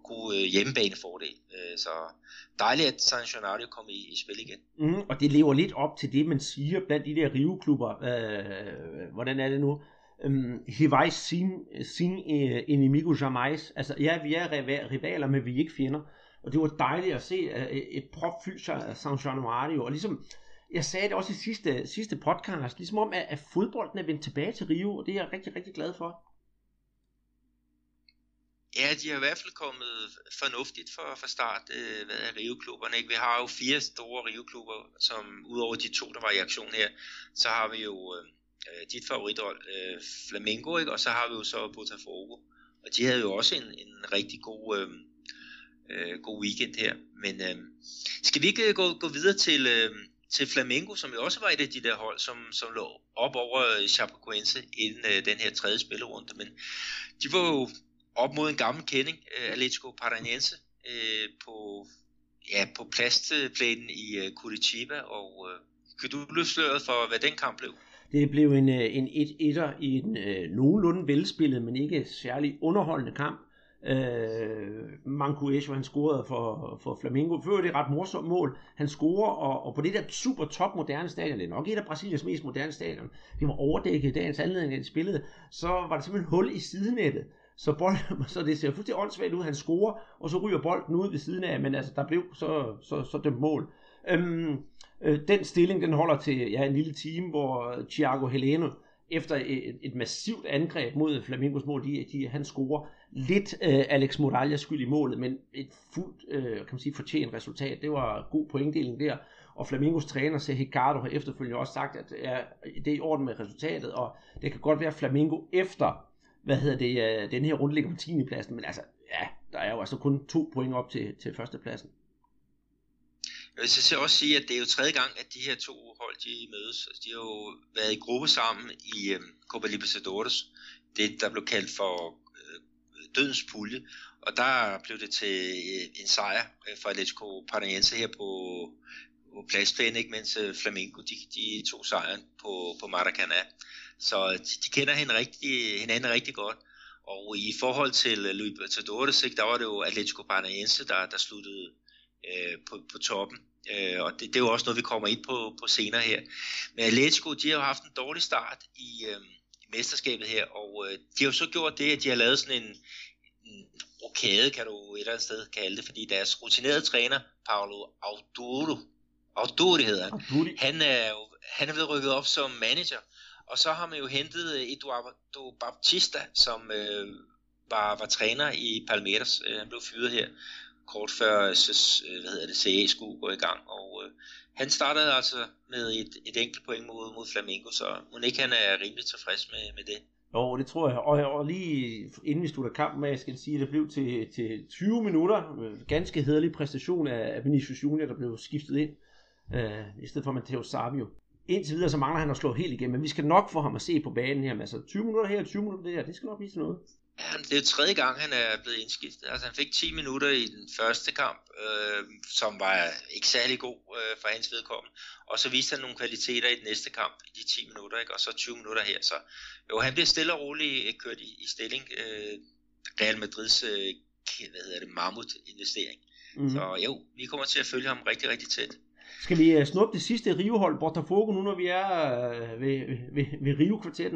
god øh, hjemmebanefordel. Øh, så dejligt, at San Gennaro kom i, i spil igen. Mm, og det lever lidt op til det, man siger blandt de der Rio-klubber. Øh, hvordan er det nu? Um, Hivai sin, sin uh, enemigo jamais. Altså, ja, vi er rivaler, men vi er ikke fjender. Og det var dejligt at se uh, et propfyldt San Januario. Og ligesom, jeg sagde det også i sidste, sidste podcast, ligesom om, at, at fodbolden er vendt tilbage til Rio, og det er jeg rigtig, rigtig glad for. Ja, de har i hvert fald kommet fornuftigt for, for start øh, hvad er Rio-klubberne. Ikke? Vi har jo fire store Rio-klubber, som udover de to, der var i aktion her, så har vi jo øh, dit favorithold, øh, Flamengo, ikke? Og så har vi jo så Botafogo. Og de havde jo også en, en rigtig god, øh, øh, god weekend her. Men øh, skal vi ikke gå, gå videre til, øh, til Flamengo, som jo også var et af de der hold, som, som lå op over Chapecoense inden øh, den her tredje spillerunde. Men de var jo op mod en gammel kending, uh, Atlético Paranaense, uh, på, ja, på plastplænen i uh, Curitiba, og uh, kan du løfte sløret for, hvad den kamp blev? Det blev en, en et-etter i en uh, nogenlunde velspillet, men ikke særlig underholdende kamp. Uh, Mancuello, han scorede for, for Flamengo. Før det er et ret morsomt mål. Han scorer, og, og på det der super top moderne stadion, det er nok et af Brasiliens mest moderne stadion, det var overdækket i dagens anledning, at de spillede, så var der simpelthen hul i sidenettet. Så, bold, så det ser fuldstændig åndssvagt ud, han scorer, og så ryger bolden ud ved siden af, men altså, der blev så, så, så dømt mål. Øhm, øh, den stilling, den holder til ja, en lille time, hvor Thiago Heleno, efter et, et massivt angreb mod Flamengos mål, de, de, han scorer lidt øh, Alex Morallas skyld i målet, men et fuldt, øh, kan man sige, fortjent resultat. Det var god pointdeling der, og Flamengos træner, Sergio Ricardo, har efterfølgende også sagt, at ja, det er i orden med resultatet, og det kan godt være Flamengo efter hvad hedder det, den her runde ligger på tiende pladsen, men altså, ja, der er jo altså kun to point op til, til førstepladsen. Jeg vil så også sige, at det er jo tredje gang, at de her to hold, de mødes. De har jo været i gruppe sammen i um, Copa Libertadores, det der blev kaldt for uh, dødens pulje, og der blev det til en sejr for Atlético Paranaense her på, på plastplænen, ikke, mens uh, Flamengo, de, de tog sejren på, på Maracanã. Så de, de kender hinanden rigtig, hinanden rigtig godt. Og i forhold til Libertadores, der var det jo Atlético Paranaense, der, der sluttede øh, på, på toppen. Øh, og det, det er jo også noget, vi kommer ind på, på senere her. Men Atlético, de har jo haft en dårlig start i, øh, i mesterskabet her, og øh, de har jo så gjort det, at de har lavet sådan en, en rokade, kan du et eller andet sted kalde det, fordi deres rutinerede træner, Paulo Autori, Autori hedder han, han er jo han er blevet rykket op som manager. Og så har man jo hentet Eduardo Baptista, som øh, var, var træner i Palmeiras. Øh, han blev fyret her kort før øh, hvad hedder det, C A skulle gå i gang. Og øh, han startede altså med et, et enkelt point mod, mod Flamengo, så må ikke han er rimelig tilfreds med, med det. Jo, det tror jeg. Og, og lige inden vi slutter kampen med, jeg skal sige, at det blev til, til tyve minutter. Ganske hæderlig præstation af Vinicius Junior, der blev skiftet ind, øh, i stedet for Matteo Savio. Indtil videre så mangler han at slå helt igennem, men vi skal nok få ham at se på banen her. Men altså tyve minutter her og tyve minutter der, det skal nok blive til noget. Ja, det er jo tredje gang, han er blevet indskiftet. Altså han fik ti minutter i den første kamp, øh, som var ikke særlig god øh, for hans vedkommende. Og så viste han nogle kvaliteter i den næste kamp, i de ti minutter, ikke? Og så tyve minutter her. Så jo, han bliver stille og roligt kørt i, i stilling. Øh, Real Madrids øh, hvad hedder det, mammut-investering. Mm-hmm. Så jo, vi kommer til at følge ham rigtig, rigtig tæt. Skal vi snuppe det sidste Rio-hold, Botafogo, nu når vi er ved, ved, ved Rio-kvartetten?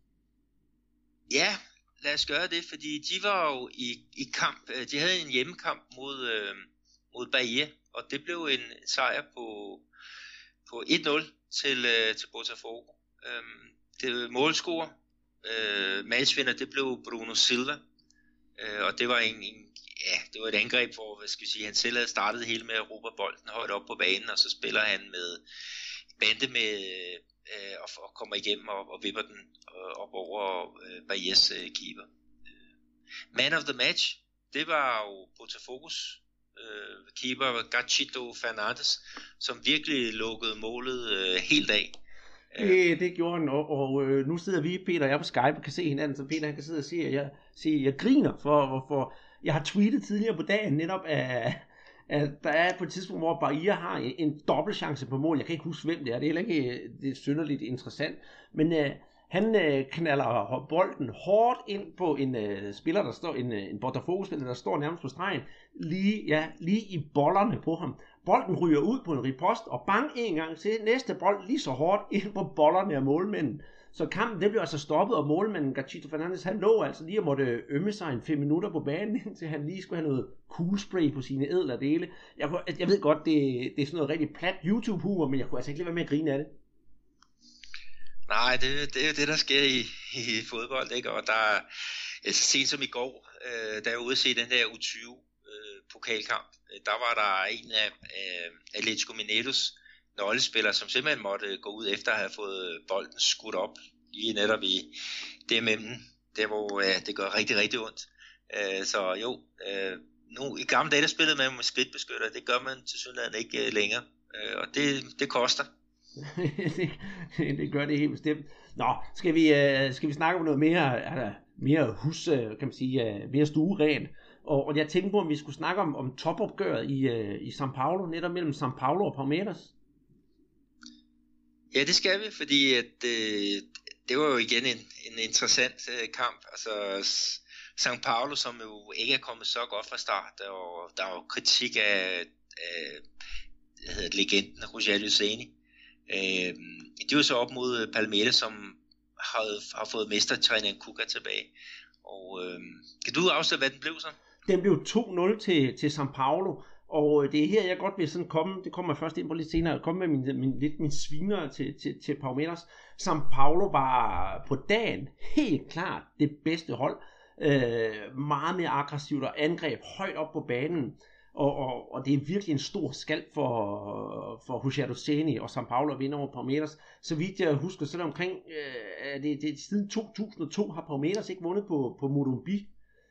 Ja, lad os gøre det, fordi de var jo i, i kamp, de havde en hjemmekamp mod, øh, mod Bahia, og det blev en sejr på, på et nul til, øh, til Botafogo. Øhm, det målscorer, øh, matchvinder, det blev Bruno Silva, øh, og det var en, en ja, det var et angreb, hvor hvad skal jeg sige, han selv havde startet hele med at råbe bolden højt op på banen, og så spiller han med bande med øh, og, og kommer igennem og, og vipper den øh, op over øh, Bahias øh, keeper. Man of the match, det var jo Botafogos øh, keeper Gachito Fernandes, som virkelig lukkede målet øh, helt af. Det, det gjorde han, og, og øh, nu sidder vi, Peter og jeg, på Skype og kan se hinanden, så Peter han kan sidde og se, at jeg, se, jeg griner for, for jeg har tweetet tidligere på dagen netop, at, at der er på et tidspunkt, hvor Bahia har en, en dobbelt chance på mål. Jeg kan ikke huske, hvem det er. Det er heller ikke det er synderligt interessant. Men uh, Han øh, knaller bolden hårdt ind på en øh, spiller, der står, en, en Botafogo-spiller, der står nærmest på stregen, lige, ja, lige i bollerne på ham. Bolden ryger ud på en ripost, og bang en gang til, næste bold lige så hårdt ind på bollerne af målmanden. Så kampen, det blev altså stoppet, og målmanden Gachito Fernandes, han lå altså lige at måtte ømme sig en fem minutter på banen, indtil han lige skulle have noget cool spray på sine ædler dele. Jeg, jeg ved godt, det, det er sådan noget rigtig plat YouTube-humor, men jeg kunne altså ikke lade være med at grine af det. Nej, det, det er jo det, der sker i, i fodbold, ikke? Og der er altså, sent som i går, øh, da jeg var ude at se den der U tyve øh, pokalkamp, øh, der var der en af øh, Atletico Mineiros nøglespillere, som simpelthen måtte gå ud efter at have fået bolden skudt op, lige netop i det mellem, der hvor øh, det gør rigtig, rigtig ondt. Øh, så jo, øh, nu, i gamle dage, der spillede man med skridtbeskytter, det gør man til synligheden ikke øh, længere, øh, og det, det koster. det, det gør det helt bestemt. Nå, skal vi, uh, skal vi snakke om noget mere, altså, mere hus, uh, kan man sige, uh, mere stuerent. Og, og jeg tænkte på, om vi skulle snakke om, om topopgøret i, uh, i São Paulo, netop mellem São Paulo og Palmeiras. Ja, det skal vi, fordi at, uh, det var jo igen en, en interessant uh, kamp. Altså São Paulo, som jo ikke er kommet så godt fra start, og der er jo kritik af, af hvad hedder det, legenden Rogério Ceni. Øh, det var så op mod Palmeiras, som har, har fået mestertræneren Cuca tilbage. Og øh, kan du afsløre, hvad den blev så? Den blev to nul til, til São Paulo, og det er her, jeg godt vil sådan komme, det kommer jeg først ind på lidt senere, komme med min, min, lidt min sviner til, til, til Palmeiras. São Paulo var på dagen helt klart det bedste hold, øh, meget mere aggressivt og angreb højt op på banen. Og, og, og det er virkelig en stor skald for, for Rogério Ceni og São Paulo at vinde over Palmeiras. Så vidt jeg husker, så er det omkring, øh, det, det, siden to tusind og to har Palmeiras ikke vundet på, på Morumbi.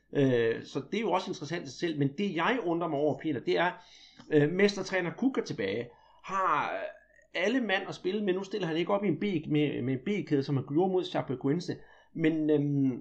Øh, så det er jo også interessant i sig selv. Men det jeg undrer mig over, Peter, det er, øh, mestertræner Cuca tilbage, har alle mand at spille, men nu stiller han ikke op i en B med, med en B-kæde, som han gjorde mod Chapecoense. Men øh,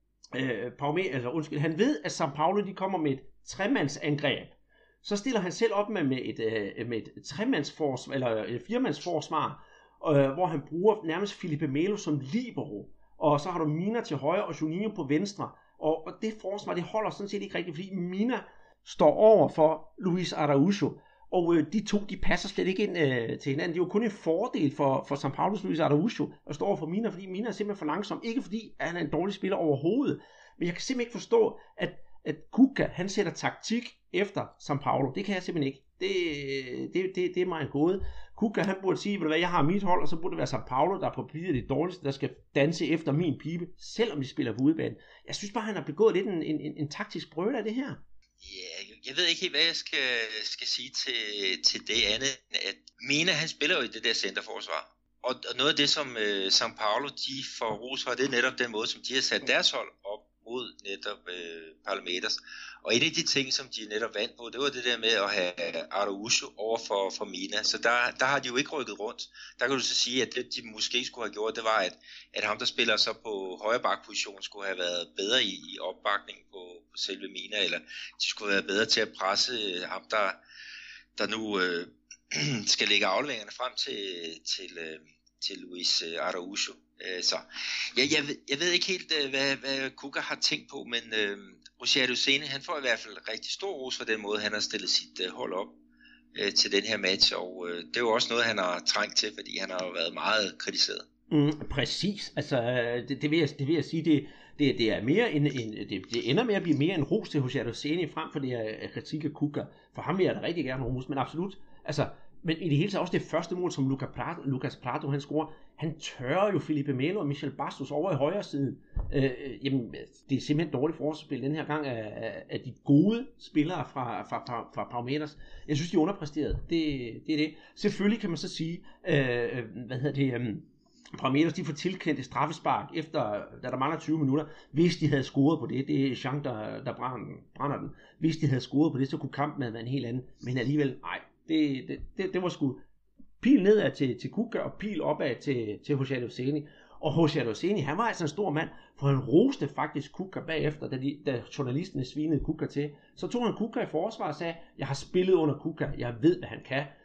øh, Palmeiras, altså undskyld, han ved, at São Paulo de kommer med et tremandsangreb. Så stiller han selv op med, med et, øh, med et tremandsforsvar, eller et firemandsforsvar, øh, hvor han bruger nærmest Felipe Melo som libero. Og så har du Mina til højre og Juninho på venstre. Og, og det forsvar, det holder sådan set ikke rigtigt, fordi Mina står over for Luis Araújo. Og øh, de to, de passer slet ikke ind øh, til hinanden. Det er jo kun en fordel for, for São Paulos Luis Araújo at stå over for Mina, fordi Mina er simpelthen for langsom. Ikke fordi han er en dårlig spiller overhovedet. Men jeg kan simpelthen ikke forstå, at at Cuca, han sætter taktik efter São Paulo. Det kan jeg simpelthen ikke. Det, det, det, det er mig en gåde. Cuca, han burde sige, hvad jeg har mit hold, og så burde det være São Paulo, der på papiret det dårligste, der skal danse efter min pibe, selvom de spiller på udebane. Jeg synes bare, han har begået lidt en, en, en, en taktisk brøl af det her. Ja, jeg ved ikke helt, hvad jeg skal, skal sige til, til det andet. At Mina, han spiller jo i det der centerforsvar. Og, og noget af det, som uh, São Paulo, de får ros for, det er netop den måde, som de har sat deres hold op mod netop øh, Palmeiras. Og en af de ting, som de netop vandt på, det var det der med at have Araújo over for, for Mina. Så der, der har de jo ikke rykket rundt. Der kan du så sige, at det de måske skulle have gjort, det var, at, at ham, der spiller så på højre bakposition, skulle have været bedre i, i opbakning på, på selve Mina, eller de skulle have været bedre til at presse ham, der, der nu øh, skal lægge afleveringerne frem til, til, øh, til Luis Araújo. Så jeg, jeg, ved, jeg ved ikke helt, hvad, hvad Cuca har tænkt på, men øh, Rogério Ceni, han får i hvert fald rigtig stor ros for den måde, han har stillet sit øh, hold op øh, til den her match, og øh, det er jo også noget, han har trængt til, fordi han har jo været meget kritiseret. Mm, præcis, altså det, det, vil jeg, det vil jeg sige, det, det, det er mere en, en det, det ender med at blive mere en ros til Rogério Ceni frem for det her kritik af Cuca. For ham vil jeg da rigtig gerne ros, men absolut, altså. Men i det hele taget også det første mål, som Lucas Prato, Lucas Prato han scorer, han tørrer jo Felipe Melo og Michel Bastos over i højre siden. Øh, jamen, det er simpelthen dårligt forsvarsspil den her gang af, af de gode spillere fra, fra, fra, fra Palmeiras. Jeg synes, de er underpræsteret. Det, det er det. Selvfølgelig kan man så sige, øh, hvad hedder det, øh, Palmeiras, de får tilkendt et straffespark efter, da der mangler tyve minutter. Hvis de havde scoret på det, det er Jean, der, der brænder, brænder den. Hvis de havde scoret på det, så kunne kampen have været en helt anden. Men alligevel, nej. Det, det, det, det var sgu pil nedad til, til Cuca og pil opad til, til Rogério Ceni. Og Rogério Ceni, han var altså en stor mand, for han roste faktisk Cuca bagefter, da, de, da journalisterne svinede Cuca til. Så tog han Cuca i forsvar og sagde, jeg har spillet under Cuca, jeg ved, hvad han kan.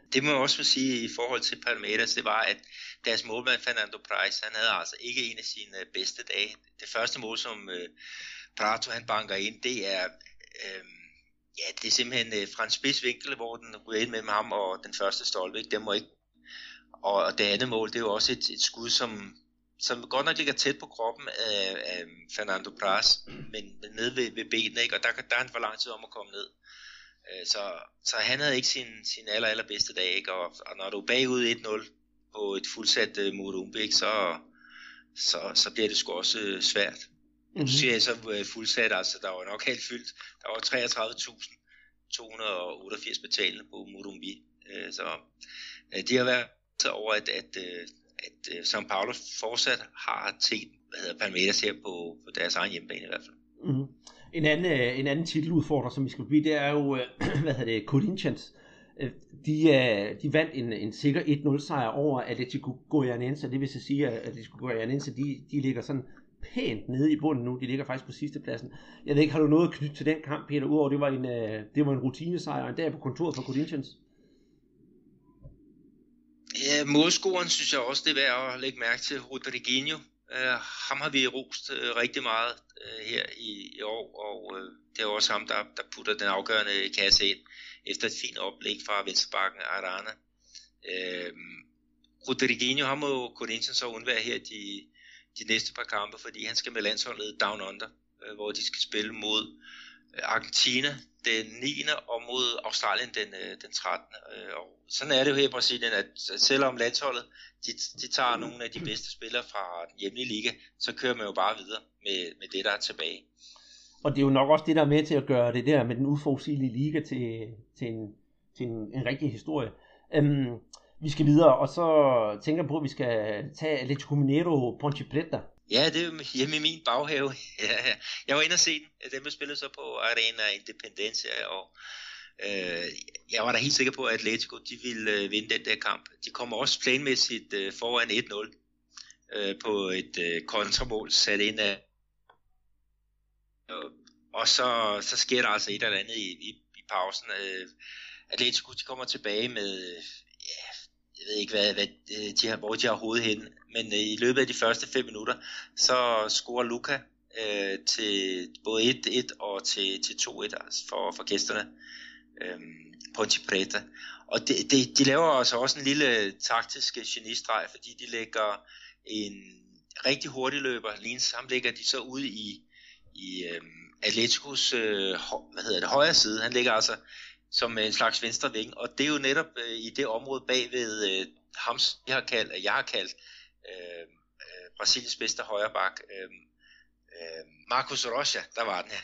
det må jeg også sige i forhold til Palmeiras, det var, at deres målmand Fernando Praz, han havde altså ikke en af sine bedste dage. Det første mål, som øh, Prato han banker ind, det er, øh, ja, det er simpelthen øh, fra en spidsvinkel, hvor den ryger ind mellem ham og den første stolpe. Ikke? Det må ikke. Og det andet mål, det er jo også et, et skud, som, som godt nok ligger tæt på kroppen af, af Fernando Praz, men, men nede ved, ved benene, ikke? Og der, der er han for lang tid om at komme ned. Så, så han havde ikke sin, sin aller, allerbedste dag, ikke? Og, og når du er bagud et nul på et fuldsat uh, Morumbi, så, så, så bliver det sgu også uh, svært. Mm-hmm. Du siger så uh, fuldsat, altså der var nok helt fyldt. Der var treogtredive tusind to hundrede og otteogfirs betalende på Morumbi. Uh, så uh, de har været over, at, at, uh, at uh, São Paulo fortsat har tænkt, hvad hedder Palmeiras her på, på deres egen hjemmebane i hvert fald. Mm-hmm. En anden, en anden titeludfordrer, som vi skal blive, det er jo, hvad hedder det, Corinthians. De, de vandt en, en sikker et nul sejr over Atlético Goianiense, det vil sige, at Atlético Goianiense, de, de ligger sådan pænt nede i bunden nu, de ligger faktisk på sidste pladsen. Jeg ved ikke, har du noget at knytte til den kamp, Peter, udover det var en, det var en rutinesejr, en dag på kontoret for Corinthians? Ja, målscoren synes jeg også, det er værd at lægge mærke til, Rodriguinho. Uh, ham har vi rost uh, rigtig meget uh, her i, i år, og uh, det er også ham, der, der putter den afgørende kasse ind efter et fint oplæg fra venstrebakken Arana. Uh, Rodriguinho, ham må Corinthians så undvære her de, de næste par kampe, fordi han skal med landsholdet Down Under, uh, hvor de skal spille mod uh, Argentina den niende og mod Australien den, uh, den trettende. Uh, og sådan er det jo her i Brasilien, at selvom landsholdet de, de tager nogle af de bedste spillere fra den hjemlige liga, så kører man jo bare videre med, med det, der er tilbage. Og det er jo nok også det, der er med til at gøre det der med den uforudsigelige liga til, til, en, til en, en rigtig historie. Um, vi skal videre, og så tænker jeg på, at vi skal tage Atlético Mineiro Ponte Preta. Ja, det er jo hjemme i min baghave. Ja, jeg var inde og se den. Dem der spillede så på Arena Independencia, og øh, jeg var da helt sikker på, at Atletico de ville øh, vinde den der kamp. De kommer også planmæssigt øh, foran et nul øh, på et øh, kontramål sat ind af. Og, og så, så sker der altså et eller andet i, i, i pausen. Øh, Atletico de kommer tilbage med, øh, ja, jeg ved ikke, hvad, hvad de har, hvor de har hovedet henne, men øh, i løbet af de første fem minutter, så scorer Luka øh, til både et et og til, til to et altså for, for gæsterne. Øhm, Ponte Preta. Og de, de, de laver altså også en lille taktisk genistreg, fordi de lægger en rigtig hurtig løber, Lins, ham lægger de så ude i, i øhm, Atleticos øh, hvad hedder det, højre side. Han ligger altså som en slags venstre ving, og det er jo netop øh, i det område bagved øh, ham, jeg har kaldt, jeg har kaldt øh, øh, Brasiliens bedste højreback, øh, øh, Marcos Rocha, der var den her.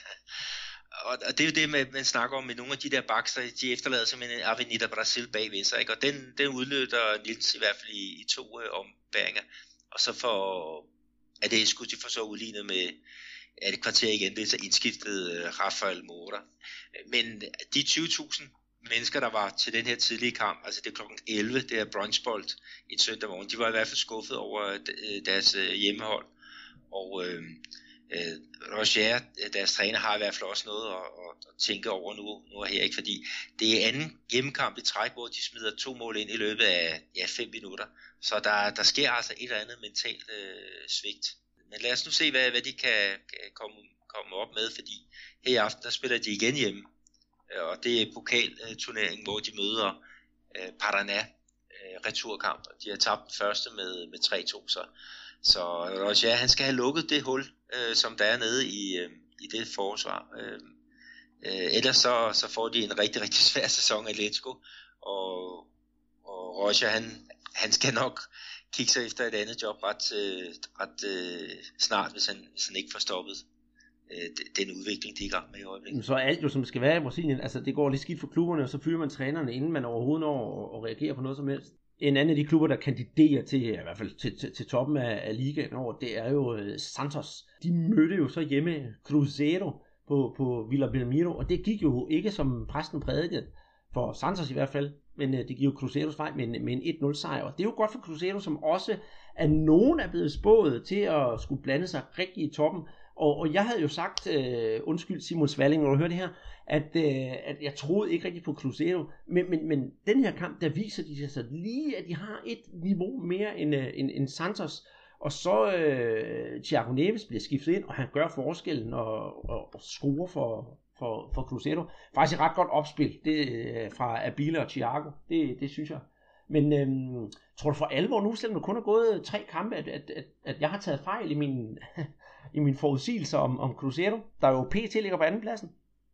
Og, og det er jo det, man, man snakker om med nogle af de der backs, de efterlader simpelthen en Avenida Brasil bagved sig, ikke? Og den, den udnytter Niels i hvert fald i, i to øh, ombæringer, og så får er det skulle de få så udlignet med er det kvarter igen, det er så indskiftet øh, Rafael Moura. Men de tyve tusind mennesker, der var til den her tidlige kamp, altså det er klokken elleve, det er brunchbold en søndag morgen, de var i hvert fald skuffet over deres øh, hjemmehold, og øh, Øh, Roger, deres træner, har i hvert fald også noget at, at, at tænke over nu, nu her, ikke? Fordi det er anden hjemmekamp i træk, hvor de smider to mål ind i løbet af ja, fem minutter. Så der, der sker altså et eller andet mentalt øh, svigt. Men lad os nu se, hvad, hvad de kan, kan komme, komme op med, fordi her i aften, der spiller de igen hjemme. Og det er pokalturneringen, hvor de møder øh, Paraná øh, returkamp. De har tabt den første med, med tre to, så Så Roger, han skal have lukket det hul, øh, som der er nede i, øh, i det forsvar. Øh, øh, ellers så, så får de en rigtig, rigtig svær sæson af Atletico. Og, og Roger, han, han skal nok kigge sig efter et andet job ret, øh, ret øh, snart, hvis han, hvis han ikke får stoppet øh, den udvikling, de er i gang med i øjeblikket. Så er alt jo, som det skal være i Brasilien. Altså, det går lidt skidt for klubberne, og så fyrer man trænerne, inden man overhovedet når at reagere på noget som helst. En anden af de klubber, der kandiderer til, i hvert fald til, til, til toppen af, af ligaen over, det er jo uh, Santos. De mødte jo så hjemme Cruzeiro på, på Villa Belmiro, og det gik jo ikke som præsten prædikede, for Santos i hvert fald. men øh, det giver jo Cruzeiros vej med en, med en et nul sejr, og det er jo godt for Cruzeiro, som også af nogen er blevet spået til at skulle blande sig rigtig i toppen. Og, og jeg havde jo sagt, øh, undskyld Simon Svalling, når du hører det her, at, øh, at jeg troede ikke rigtig på Cruzeiro, men, men, men den her kamp, der viser de sig så lige, at de har et niveau mere end, øh, end, end Santos, og så øh, Thiago Neves bliver skiftet ind, og han gør forskellen og, og, og scorer for, for, for Cruzeiro. Faktisk et ret godt opspil det, øh, fra Abila og Thiago, det, det synes jeg. Men øhm, tror du for alvor nu, selvom du kun har gået tre kampe, at, at, at, at jeg har taget fejl i min, i min forudsigelser om, om Cruzeiro, der jo P T ligger på anden pladsen?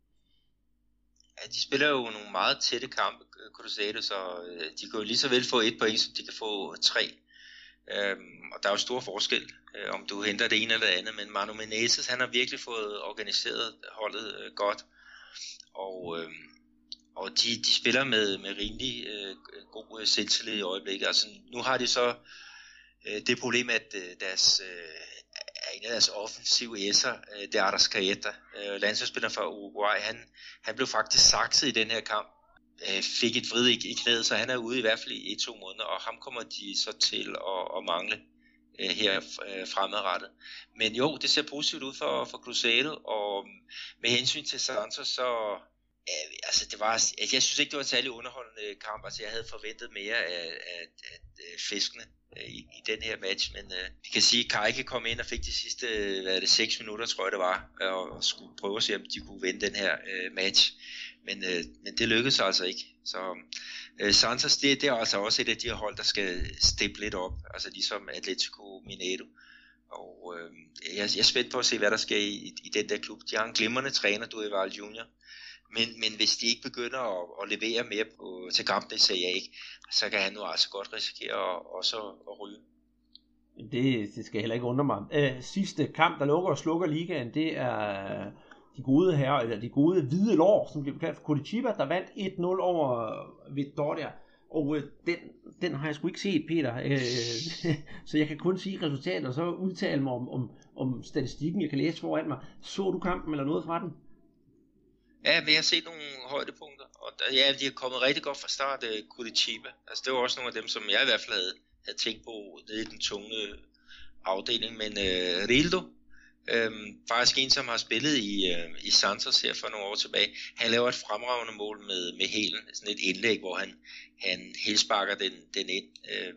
Ja, de spiller jo nogle meget tætte kampe, Cruzeiro, så de kan jo lige så vel få et point, som de kan få tre. Øhm, og der er jo stor forskel, øh, om du henter det ene eller det andet, men Manu Menezes, han har virkelig fået organiseret holdet øh, godt, og... Øh, Og de, de spiller med, med rimelig øh, god øh, selvtillid i øjeblikket. Altså, nu har de så øh, det problem, at øh, deres, øh, en af deres offensive S'er, øh, det er Arrascaeta, øh, landsholdsspilleren fra Uruguay, han, han blev faktisk sakset i den her kamp. Øh, fik et vrid i, i knæet, så han er ude i hvert fald i et to måneder, og ham kommer de så til at, at mangle øh, her øh, fremadrettet. Men jo, det ser positivt ud for, for Cruzeiro, og med hensyn til Santos, så... Ja, altså det var, jeg synes ikke det var en særlig underholdende kamp. Altså jeg havde forventet mere af, af, af, af fiskene i, i den her match, men uh, vi kan sige at Kajke kom ind og fik de sidste, hvad er det, seks minutter tror jeg det var, og, og skulle prøve at se om de kunne vinde den her uh, match, men, uh, men det lykkedes altså ikke. Så uh, Santos, det, det er altså også et af de her hold der skal steppe lidt op, altså ligesom Atletico Mineiro. Og uh, jeg, jeg er spændt på at se hvad der sker i, i den der klub. De har en glimrende træner, Dorival Junior Men, men hvis de ikke begynder at, at levere mere på, til kampen, så jeg ikke, så kan han nu altså godt risikere at, også at ryge. Det, det skal heller ikke undre mig. Æ, sidste kamp, der lukker og slukker ligaen, det er de gode herrer, eller de gode hvide lår, som bliver kaldt for Curitiba, der vandt et nul over Vitória. Og øh, den, den har jeg sgu ikke set, Peter. Øh, så jeg kan kun sige resultatet, og så udtale mig om, om, om statistikken, jeg kan læse foran mig. Så du kampen eller noget fra den? Ja, men jeg har set nogle højdepunkter, og der, ja, de er kommet rigtig godt fra start, uh, Curitiba. Altså det var også nogle af dem, som jeg i hvert fald havde, havde tænkt på nede i den tunge afdeling. Men uh, Rildo, øhm, faktisk en, som har spillet i, uh, i Santos her for nogle år tilbage, han laver et fremragende mål med, med hælen, sådan et indlæg, hvor han, han helsparker den, den ind øh,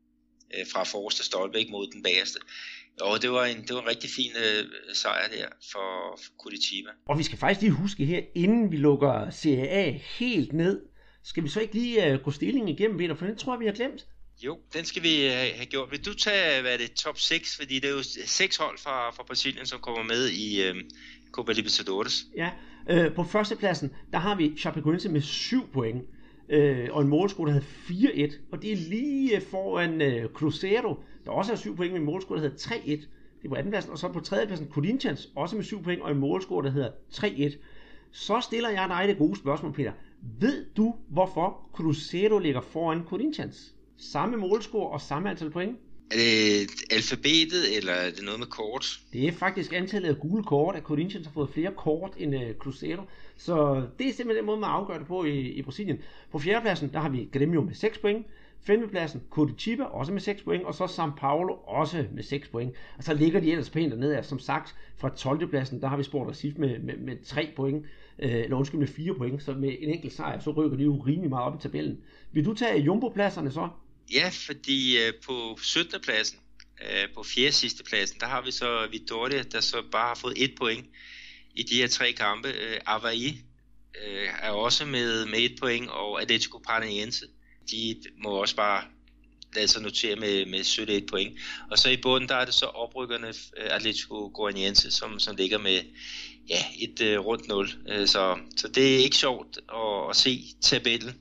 øh, fra forreste stolpe mod den bagerste. Og det var en, det var en rigtig fin øh, sejr der for, for Curitiba. Og vi skal faktisk lige huske her, inden vi lukker Serie A helt ned, skal vi så ikke lige øh, gå stillingen igennem, Peter, for den tror jeg, vi har glemt. Jo, den skal vi have, have gjort. Vil du tage, hvad er det, top seks? Fordi det er jo seks hold fra, fra Brasilien, som kommer med i øh, Copa Libertadores. Ja, øh, på førstepladsen, der har vi Chapecoense med syv point. Øh, og en målscore, der havde fire et. Og det er lige foran øh, Cruzeiro, der også har syv point med en målscore, der hedder tre et. Det er på andenpladsen. Og så på tredjepladsen Corinthians, også med syv point, og en målscore, der hedder tre et. Så stiller jeg dig det gode spørgsmål, Peter. Ved du, hvorfor Cruzeiro ligger foran Corinthians? Samme målscore og samme antal point? Er det alfabetet, eller er det noget med kort? Det er faktisk antallet af gule kort, at Corinthians har fået flere kort end uh, Cruzeiro. Så det er simpelthen den måde, man afgør det på i, i Brasilien. På fjerdepladsen, der har vi Grêmio med seks point. Femtepladsen, Curitiba, også med seks point. Og så São Paulo, også med seks point. Og så ligger de ellers pænt dernede. Som sagt, fra tolvte pladsen, der har vi Sport Recife med, med, med tre point. Øh, eller undskyld, med fire point. Så med en enkelt sejr, så rykker de jo rimelig meget op i tabellen. Vil du tage jumbo-pladserne så? Ja, fordi øh, på syttende pladsen, øh, på fjerde sidste pladsen, der har vi så Vitória, der så bare har fået et point i de her tre kampe. Øh, Avaí øh, er også med, med et point, og Atlético Paranaense, de må også bare lade sig notere med, med sytten et point. Og så i bunden, der er det så oprykkerne øh, Atlético Goianiense, som, som ligger med ja, et øh, rundt nul. Øh, så, så det er ikke sjovt at, at se tabellen.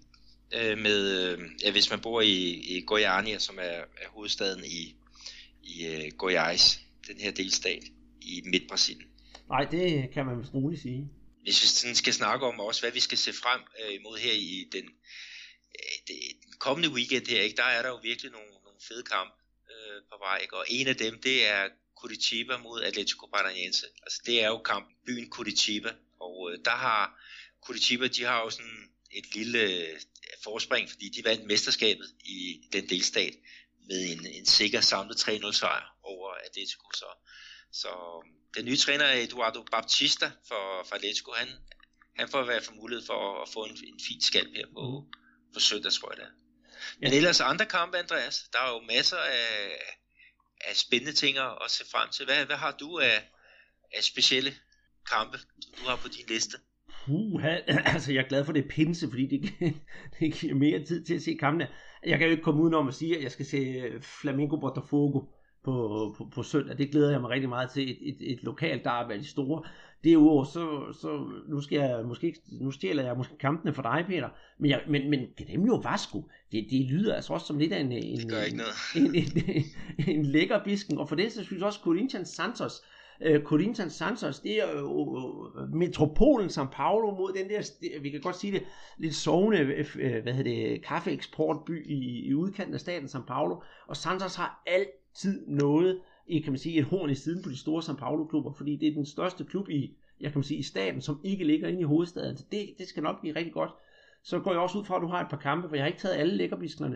Med, ja, hvis man bor i, i Goiânia, som er, er hovedstaden i, i uh, Goiás, den her delstat i Midt-Brasilien. Nej, det kan man vist roligt sige. Hvis vi sådan skal snakke om også, hvad vi skal se frem uh, imod her i den, uh, det, den kommende weekend her, ikke, der er der jo virkelig nogle, nogle fede kampe uh, på vej, ikke? Og en af dem, det er Curitiba mod Atlético Paranaense. Altså det er jo kampen byen Curitiba, og uh, der har Curitiba, de har jo sådan et lille forspring, fordi de vandt mesterskabet i den delstat med en, en sikker samlet tre nul sejr over Atletico. Så, så den nye træner Eduardo Baptista for, for Atletico, han, han får i hvert fald mulighed for at få en, en fin skalp her på, på søndag, tror jeg det er. Men ja. Ellers andre kampe, Andreas, der er jo masser af, af spændende ting at se frem til. Hvad, hvad har du af, af specielle kampe, du har på din liste? Uh, altså jeg er glad for det pinse, fordi det, det giver mere tid til at se kampene. Jeg kan jo ikke komme udenom at sige, at jeg skal se Flamengo Botafogo på, på, på søndag. Det glæder jeg mig rigtig meget til. Et, et, et lokalt derby af de store. Derudover, så, så nu, skal jeg måske, nu stjæler jeg måske kampene for dig, Peter. Men, jeg, men, men Grêmio Vasco, det, det lyder altså også som lidt af en, en, det gør ikke noget. en, en, en, en lækker bisken. Og for det, så synes jeg også, Corinthians Santos, uh, Corinthians Santos, det er jo uh, metropolen São Paulo mod den der, vi kan godt sige det, lidt sovende, uh, hvad hedder det, kaffeeksportby i, i udkanten af staten São Paulo. Og Santos har altid noget i, kan man sige, et horn i siden på de store São Paulo-klubber, fordi det er den største klub i, jeg kan man sige, i staten, som ikke ligger inde i hovedstaden. Så det, det skal nok blive rigtig godt. Så går jeg også ud fra, at du har et par kampe, for jeg har ikke taget alle lækkerbiskerne.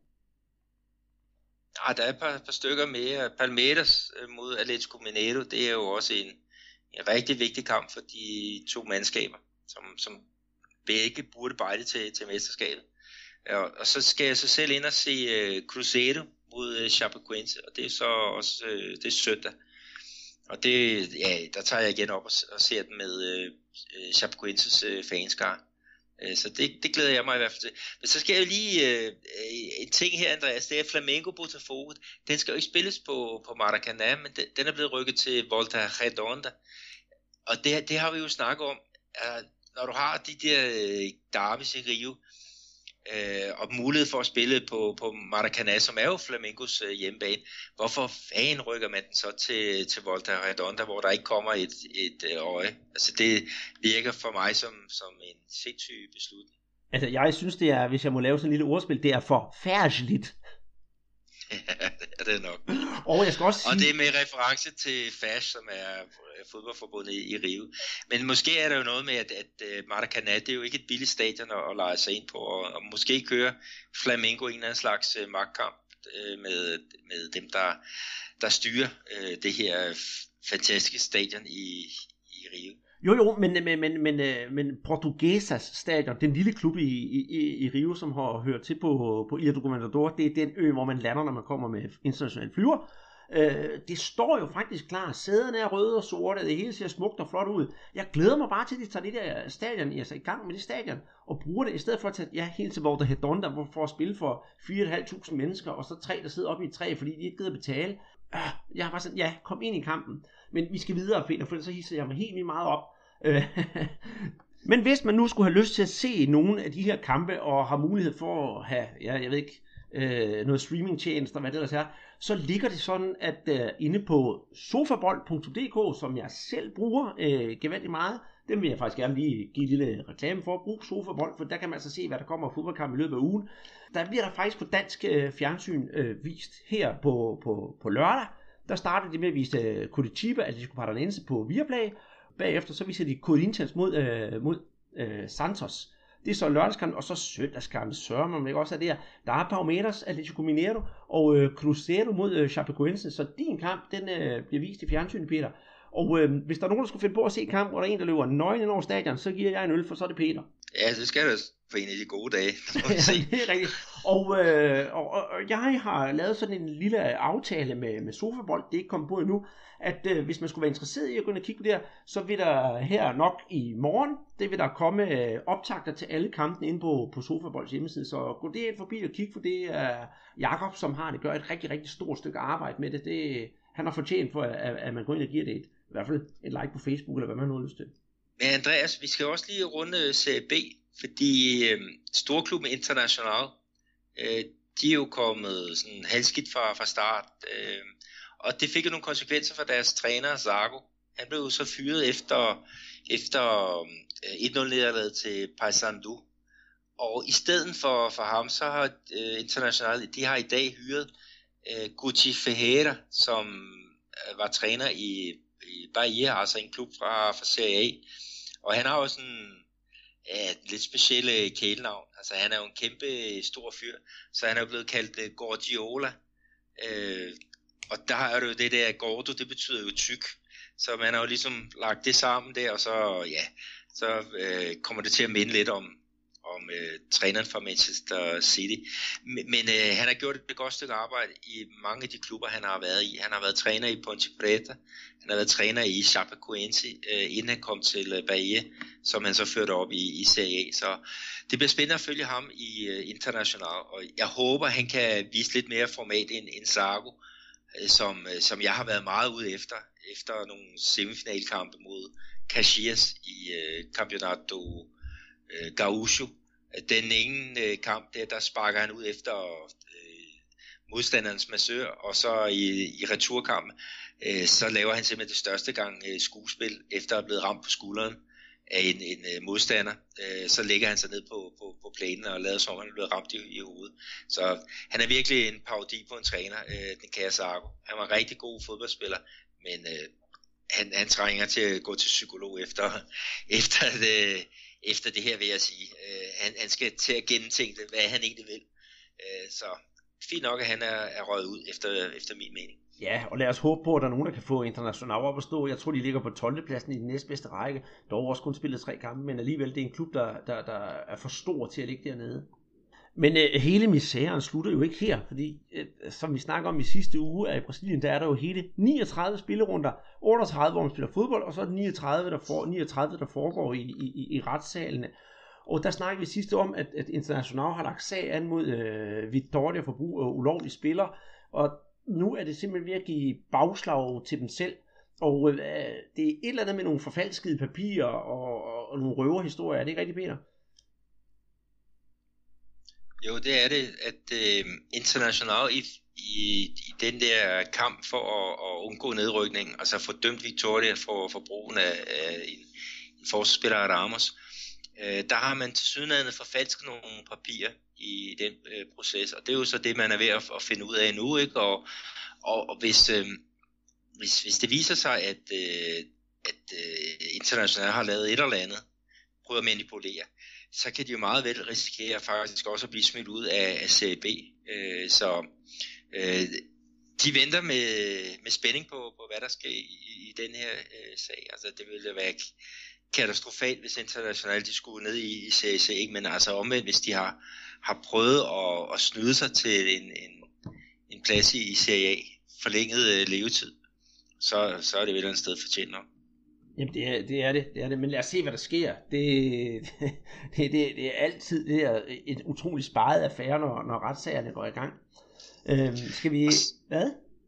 Ja, der er et par, par stykker mere. Palmeiras mod Atlético Mineiro, det er jo også en, en rigtig vigtig kamp for de to mandskaber, som, som begge burde bejde til, til mesterskabet. Og, og så skal jeg så selv ind og se uh, Cruzeiro mod uh, Chapecoense, og det er så også uh, det er søndag. Og det, ja, der tager jeg igen op og, og ser den med uh, Chapecoenses uh, fanskar. Uh, så det, det glæder jeg mig i hvert fald til. Men så skal jeg jo lige uh, en ting her, Andreas, det er Flamengo Botafogo. Den skal jo ikke spilles på, på Maracanã, men den, den er blevet rykket til Volta Redonda. Og det, det har vi jo snakket om, uh, når du har de der uh, derbys i Rio, Øh, og mulighed for at spille på, på Maracanã, som er jo Flamengos øh, hjemmebane. Hvorfor fanden rykker man den så til, til Volta Redonda, hvor der ikke kommer et, et øh, øje? Altså det virker for mig som, som en sindssyg beslutning. Altså jeg synes det er, hvis jeg må lave sådan en lille ordspil, det er for færdsligt. Ja, det er nok. Og jeg skal også sige... Og det er med reference til F A S, som er fodboldforbundet i Rio. Men måske er der jo noget med, at, at Maracanã, det er jo ikke et billigt stadion at, at lege sig ind på, og, og måske køre Flamengo en eller anden slags uh, magtkamp uh, med, med dem, der, der styrer uh, det her fantastiske stadion i, i Rio. Jo jo, men, men, men, men, men Portuguesas stadion, den lille klub i, i, i Rio, som har hørt til på, på Ilha do Governador, det er den ø, hvor man lander, når man kommer med internationale flyver. Øh, det står jo faktisk klar. Sæderne er røde og sorte, det hele ser smukt og flot ud. Jeg glæder mig bare til, at de tager det der stadion, altså i gang med det stadion, og bruger det, i stedet for at tage ja, helt til Volta Redonda, for at spille for fire tusind fem hundrede mennesker, og så tre, der sidder oppe i et træ, fordi de ikke gider betale. Øh, jeg har bare sådan, ja, kom ind i kampen. Men vi skal videre, Peter, for så hisser jeg mig helt vildt meget op. Men hvis man nu skulle have lyst til at se nogle af de her kampe, og har mulighed for at have, ja, jeg ved ikke, øh, noget streamingtjenester, hvad det ellers er, så ligger det sådan, at øh, inde på sofabold punktum d k, som jeg selv bruger øh, gevaldigt meget, dem vil jeg faktisk gerne lige give en lille reklame for at bruge Sofabold, for der kan man altså se, hvad der kommer af fodboldkamp i løbet af ugen. Der bliver der faktisk på dansk øh, fjernsyn øh, vist her på, på, på lørdag. Der startede de med at vise øh, Curitiba, Atlético Paranaense på Viaplay. Bagefter så viser de Corinthians mod, øh, mod øh, Santos. Det er så lørdagskampen, og så søndagskampen, sørger man ikke også af det her. Der er Palmeiras, Atlético Mineiro og øh, Cruzeiro mod øh, Chapecoense, så din kamp, den øh, bliver vist i fjernsynet, Peter. Og øh, hvis der er nogen, der skulle finde på at se kamp, og der er en, der løber nøgen ind over stadion, så giver jeg en øl, for så er det Peter. Ja, det skal det for en af de gode dage. Ja, det er rigtigt. Og, øh, og, og jeg har lavet sådan en lille aftale med, med Sofabold, det er ikke kommet på endnu, at øh, hvis man skulle være interesseret i at gå ind og kigge på det her, så vil der her nok i morgen, det vil der komme øh, optagter til alle kampene inde på, på Sofabolds hjemmeside, så gå det ind forbi og kig, for det er Jakob, som har det, gør et rigtig, rigtig stort stykke arbejde med det. det han har fortjent for, at, at man går ind og giver det et, i hvert fald et like på Facebook, eller hvad man nu har lyst til. Men Andreas, vi skal også lige runde Serie B, fordi øh, Storklubben International, øh, de er jo kommet sådan halvskidt fra, fra start, øh, og det fik jo nogle konsekvenser for deres træner, Zago. Han blev jo så fyret efter, efter øh, et nul nederlaget til Paysandu, og i stedet for, for ham, så har øh, International, de har i dag hyret øh, Guti Ferreira, som øh, var træner i, i Bahia, altså en klub fra, fra Serie A. Og han har jo sådan ja, et lidt specielle kælenavn. Altså han er jo en kæmpe stor fyr, så han er jo blevet kaldt uh, Gordiola. Øh, og der er det jo det der, Gordo, det betyder jo tyk. Så man har jo ligesom lagt det sammen der, og så, ja, så øh, kommer det til at minde lidt om, om øh, træneren fra Manchester City. Men, men øh, han har gjort et godt stykke arbejde i mange af de klubber, han har været i. Han har været træner i Ponte Preta, han har været træner i Chapecoense, øh, inden han kom til øh, Bahia, som han så førte op i, i Serie A. Så det bliver spændende at følge ham i øh, International, og jeg håber, han kan vise lidt mere format end, end Zago, øh, som, øh, som jeg har været meget ude efter, efter nogle semifinalkampe mod Caxias i øh, Campeonato øh, Gaúcho. Den ene øh, kamp, der, der sparker han ud efter øh, modstanderens massør, og så i, i returkampen, øh, så laver han simpelthen det største gang øh, skuespil, efter at have blevet ramt på skulderen af en, en øh, modstander. Øh, så lægger han sig ned på, på, på planen og lader som om han er blevet ramt i, i hovedet. Så han er virkelig en parodi på en træner, øh, den kære Zago. Han var en rigtig god fodboldspiller, men øh, han, han trænger til at gå til psykolog efter, efter, det, efter det her, vil jeg sige. Øh, han, han skal til at gentænke det, hvad han egentlig vil. Øh, så fint nok, at han er, er røget ud, efter, efter min mening. Ja, og lad os håbe på, at der er nogen, der kan få International op at stå. Jeg tror, de ligger på tolvte pladsen i den næstbedste række. Dog også kun spillet tre kampe, men alligevel det er en klub, der, der, der er for stor til at ligge dernede. Men øh, hele misæren slutter jo ikke her, fordi øh, som vi snakker om i sidste uge, at i Brasilien, der er der jo hele niogtredive spillerunder, otteogtredive, hvor man spiller fodbold, og så er det niogtredive, der, for, niogtredive, der foregår i, i, i retsalene. Og der snakkede vi sidste om, at, at International har lagt sag an mod øh, Vitória for brug af ulovlige spillere, og nu er det simpelthen ved at give bagslag til dem selv. Og øh, det er et eller andet med nogle forfalskede papirer og, og, og nogle røverhistorier. Er det ikke rigtigt, Peter? Jo, det er det, at øh, International i, i, i den der kamp for at, at undgå nedrykning, altså få dømt Vitória for, for brugen af, af en, en forsvarsspiller af Ramos, øh, der har man tilsyneladende forfalsket nogle papirer i den øh, proces, og det er jo så det, man er ved at, at finde ud af nu, ikke? Og, og, og hvis, øh, hvis, hvis det viser sig, at, øh, at øh, International har lavet et eller andet, prøver at manipulere, så kan de jo meget vel risikere faktisk også at blive smidt ud af, af Serie B. Øh, så øh, de venter med, med spænding på, på, hvad der sker i, i den her øh, sag. Altså det ville være katastrofalt, hvis International de skulle ned i, i Serie C, ikke? Men altså omvendt, hvis de har, har prøvet at, at snyde sig til en, en, en plads i, i Serie A, forlænget øh, levetid, så, så er det vel et sted fortjent nok. Jamen det er, det er det, det er det, men lad os se, hvad der sker. Det, det, det, det er altid det er et utroligt sparet affære, når, når retssagerne går i gang. Øhm, skal vi... Hvad?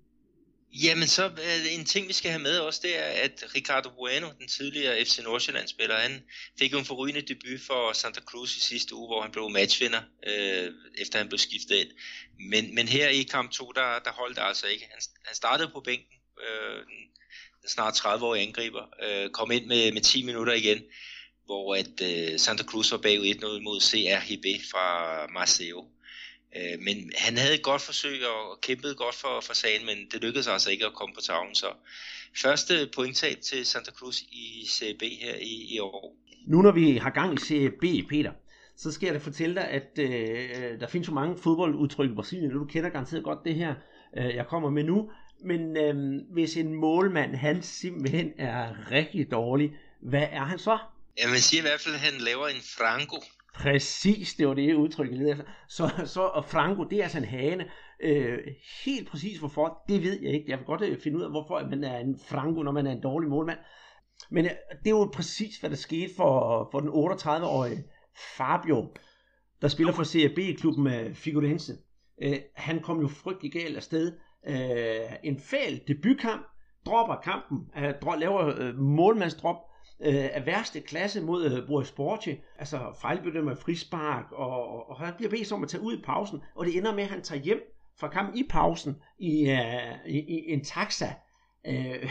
Jamen så en ting, vi skal have med også, det er, at Ricardo Bueno, den tidligere F C Nordsjælland-spiller, han fik jo en forrygende debut for Santa Cruz i sidste uge, hvor han blev matchvinder, øh, efter han blev skiftet ind. Men, men her i kamp to, der, der holdt det altså ikke. Han, han startede på bænken, øh, den snart tredive-årige angriber, øh, kom ind med, med ti minutter igen, hvor at øh, Santa Cruz var bagud et nul mod C R H B fra Maceió. Øh, men han havde et godt forsøg og kæmpede godt for, for sagen, men det lykkedes altså ikke at komme på tavlen. Så første pointtab til Santa Cruz i Serie B her i, i år. Nu når vi har gang i Serie B, Peter, så skal jeg da fortælle dig, at øh, der findes jo mange fodboldudtryk i Brasilien, og du kender garanteret godt det her, øh, jeg kommer med nu. Men øh, hvis en målmand, han simpelthen er rigtig dårlig, hvad er han så? Ja, man siger i hvert fald, at han laver en franco. Præcis, det var det udtryk, jeg ledte efter. Så, så og franco, det er altså en hane. Øh, helt præcis hvorfor, det ved jeg ikke. Jeg vil godt finde ud af, hvorfor man er en franco, når man er en dårlig målmand. Men øh, det er jo præcis, hvad der skete for, for den otteogtredive-årige Fabio, der spiller for Serie B-klubben med Figueirense. Øh, han kom jo frygtelig galt afsted. Øh, en fæl debutkamp, dropper kampen, øh, laver øh, målmandsdrop øh, af værste klasse mod øh, Boa Esporte, altså fejlbedømmer frispark, og, og, og han bliver bedt om at tage ud i pausen, og det ender med, at han tager hjem fra kampen i pausen i, øh, i, i en taxa. Øh,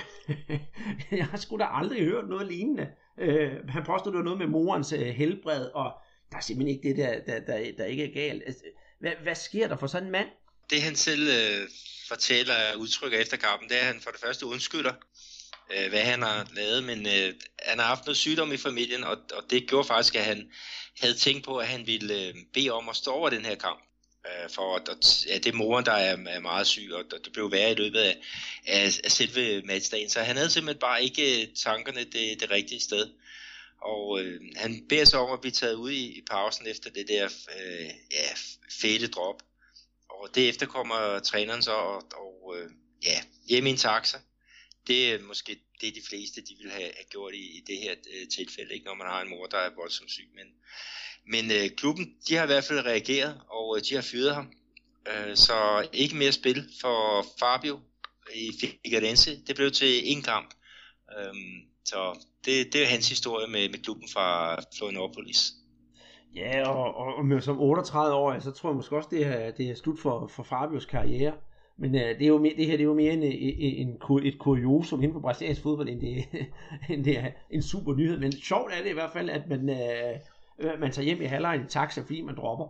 jeg har sgu da aldrig hørt noget lignende. Øh, han påstod, det var noget med morens øh, helbred, og der er simpelthen ikke det der, der, der, der ikke er galt. Altså, hvad, hvad sker der for sådan en mand? Det han selv øh, fortæller og udtrykker efter kampen, det er, at han for det første undskylder, øh, hvad han har lavet, men øh, han har haft noget sygdom i familien, og, og det gjorde faktisk, at han havde tænkt på, at han ville øh, bede om at stå over den her kamp. Øh, for at, ja, det er moren, der er, er meget syg, og det blev værre i løbet af, af, af selve matchdagen. Så han havde simpelthen bare ikke tankerne det, det rigtige sted. Og øh, han beder sig om at blive taget ud i, i pausen efter det der øh, ja, fede drop. Og derefter kommer træneren så og, og øh, ja, hjem i en taxa. Det er måske det, de fleste de vil have, have gjort i, i det her øh, tilfælde, ikke? Når man har en mor, der er voldsomt syg. Men, men øh, klubben, de har i hvert fald reageret, og øh, de har fyret ham. Øh, så ikke mere spil for Fabio i Figueirense. Det blev til en kamp. Øh, så det, det er hans historie med, med klubben fra Florianópolis. Ja, og, og, og med som otteogtredive år, så tror jeg måske også, det er, det er slut for, for Fabios karriere. Men uh, det, er jo mere, det her det er jo mere en, en, en, et kuriosum inden for brasiliansk fodbold, end det, end det er en super nyhed. Men sjovt er det i hvert fald, at man, uh, man tager hjem i halvlejen i taxa, fordi man dropper.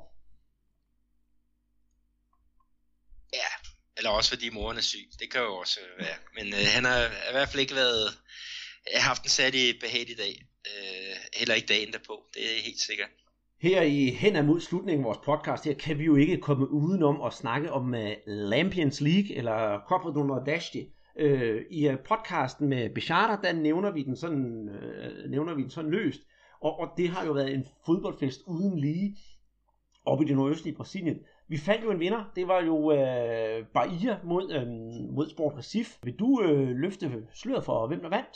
Ja, eller også fordi moren er syg. Det kan jo også være. Men uh, han har i hvert fald ikke været, haft en særlig behagelig dag. Uh, heller ikke dagen derpå, det er helt sikkert. Her i hen mod slutningen af vores podcast her, kan vi jo ikke komme udenom at snakke om uh, Lampions League, eller Copa do Nordeste. Uh, I uh, podcasten med Bechara, der nævner vi den sådan, uh, nævner vi den sådan løst. Og, og det har jo været en fodboldfest uden lige oppe i det nordøstlige Brasilien. Vi fandt jo en vinder, det var jo uh, Bahia mod, uh, mod Sport Recife. Vil du uh, løfte sløret for, hvem der vandt?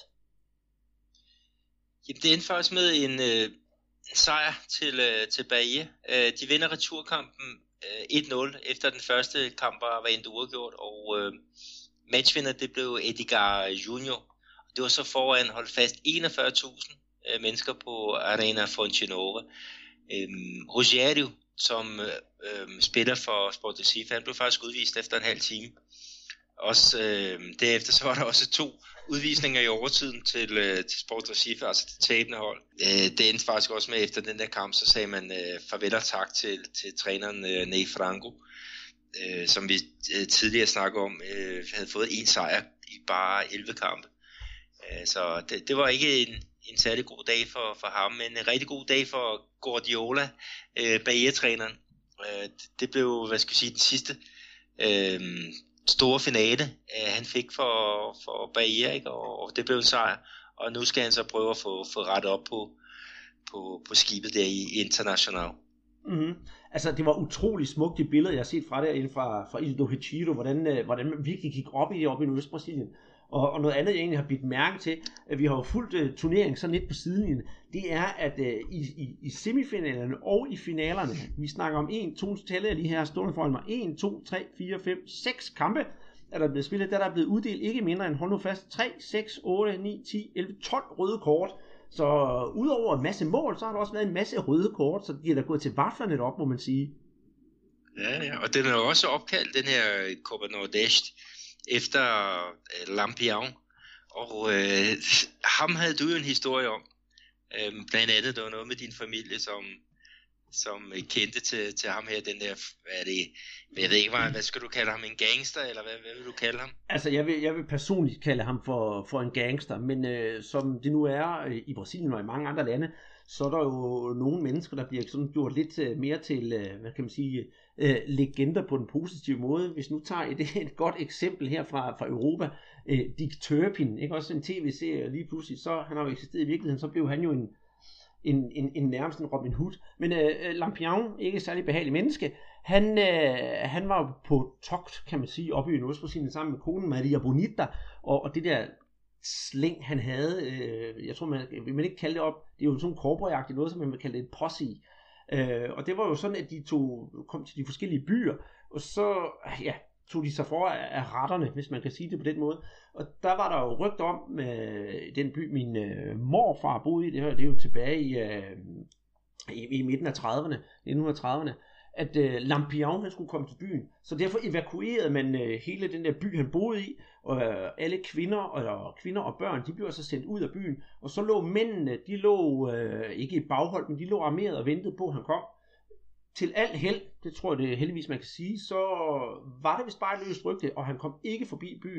Jamen, det endte faktisk med en... Uh... sejr til, øh, til Bahia. Øh, de vinder returkampen øh, et nul, efter den første kamp var, var endt uafgjort, og øh, matchvinder det blev Edgar Junior. Det var så foran, hold fast, enogfyrre tusind øh, mennesker på Arena Fonte Nova. Øh, Rogério, som øh, spiller for Sport Recife, han blev faktisk udvist efter en halv time. Også, øh, derefter så var der også to udvisninger i overtiden til, øh, til Sport Recife, altså til tabende hold. Øh, det endte faktisk også med, efter den der kamp, så sagde man øh, farvel og tak til, til træneren øh, Ney Franco, øh, som vi øh, tidligere snakkede om, øh, havde fået en sejr i bare elleve kampe. Øh, så det, det var ikke en, en særlig god dag for, for ham, men en rigtig god dag for Guardiola, øh, Bahia-træneren. Øh, det blev, hvad skal jeg sige, den sidste... Øh, store finale, øh, han fik for, for Bahia, ikke? Og, og det blev en sejr, og nu skal han så prøve at få, få rettet op på, på, på skibet der i International. Mm-hmm. Altså det var utrolig smukt de billeder, jeg har set fra derinde fra, fra Ildo Retiro, hvordan, øh, hvordan man virkelig gik op i det oppe i Nordøst-Brasilien. Og, og noget andet, jeg egentlig har bidt mærke til, at vi har jo fulgt uh, turneringen sådan lidt på sidelinjen, det er, at uh, i, i, i semifinalerne og i finalerne, vi snakker om en, to, tæller jeg lige her, stående foran mig, en, to, tre, fire, fem, seks kampe, er der blevet spillet, der er der blevet uddelt ikke mindre end, hold nu fast, tre, seks, otte, ni, ti, elleve, tolv røde kort. Så uh, udover en masse mål, så har der også været en masse røde kort, så de er da gået til vaflerne op, må man sige. Ja, ja, og den er jo også opkaldt, den her Copa Nordeste, efter øh, Lampião, og øh, ham havde du jo en historie om, øh, blandt andet det var noget med din familie, som, som øh, kendte til, til ham her, den der, hvad er det, jeg ved ikke, hvad, hvad skal du kalde ham, en gangster, eller hvad, hvad vil du kalde ham? Altså, jeg vil, jeg vil personligt kalde ham for, for en gangster, men øh, som det nu er øh, i Brasilien og i mange andre lande, så er der jo nogle mennesker, der bliver sådan gjort lidt øh, mere til, øh, hvad kan man sige, øh, legender på den positive måde. Hvis nu tager et, et godt eksempel her fra, fra Europa, øh, Dick Turpin, ikke også en tv-serie lige pludselig, så han har jo eksisteret i virkeligheden, så blev han jo en, en, en, en nærmest en Robin Hood. Men øh, Lampião, ikke særlig behagelig menneske, han, øh, han var på togt, kan man sige, oppe i Nordøst-Brasilien sammen med konen Maria Bonita, og, og det der slæng han havde, øh, jeg tror man vil man ikke kalde det op, det er jo sådan cowboyagtigt noget, som man vil kalde det et posse, øh, og det var jo sådan, at de tog, kom til de forskellige byer, og så ja, tog de sig for af, af retterne, hvis man kan sige det på den måde, og der var der jo rygt om øh, den by min øh, morfar boede i, det her, det er jo tilbage i, øh, i, i midten af trediverne, nitten trediverne, at øh, Lampião han skulle komme til byen. Så derfor evakuerede man øh, hele den der by, han boede i, og øh, alle kvinder og, kvinder og børn, de blev så sendt ud af byen, og så lå mændene, de lå øh, ikke i baghold, men de lå armeret og ventede på, at han kom. Til alt held, det tror jeg det heldigvis man kan sige, så var det vist bare et løst rygte, og han kom ikke forbi byen.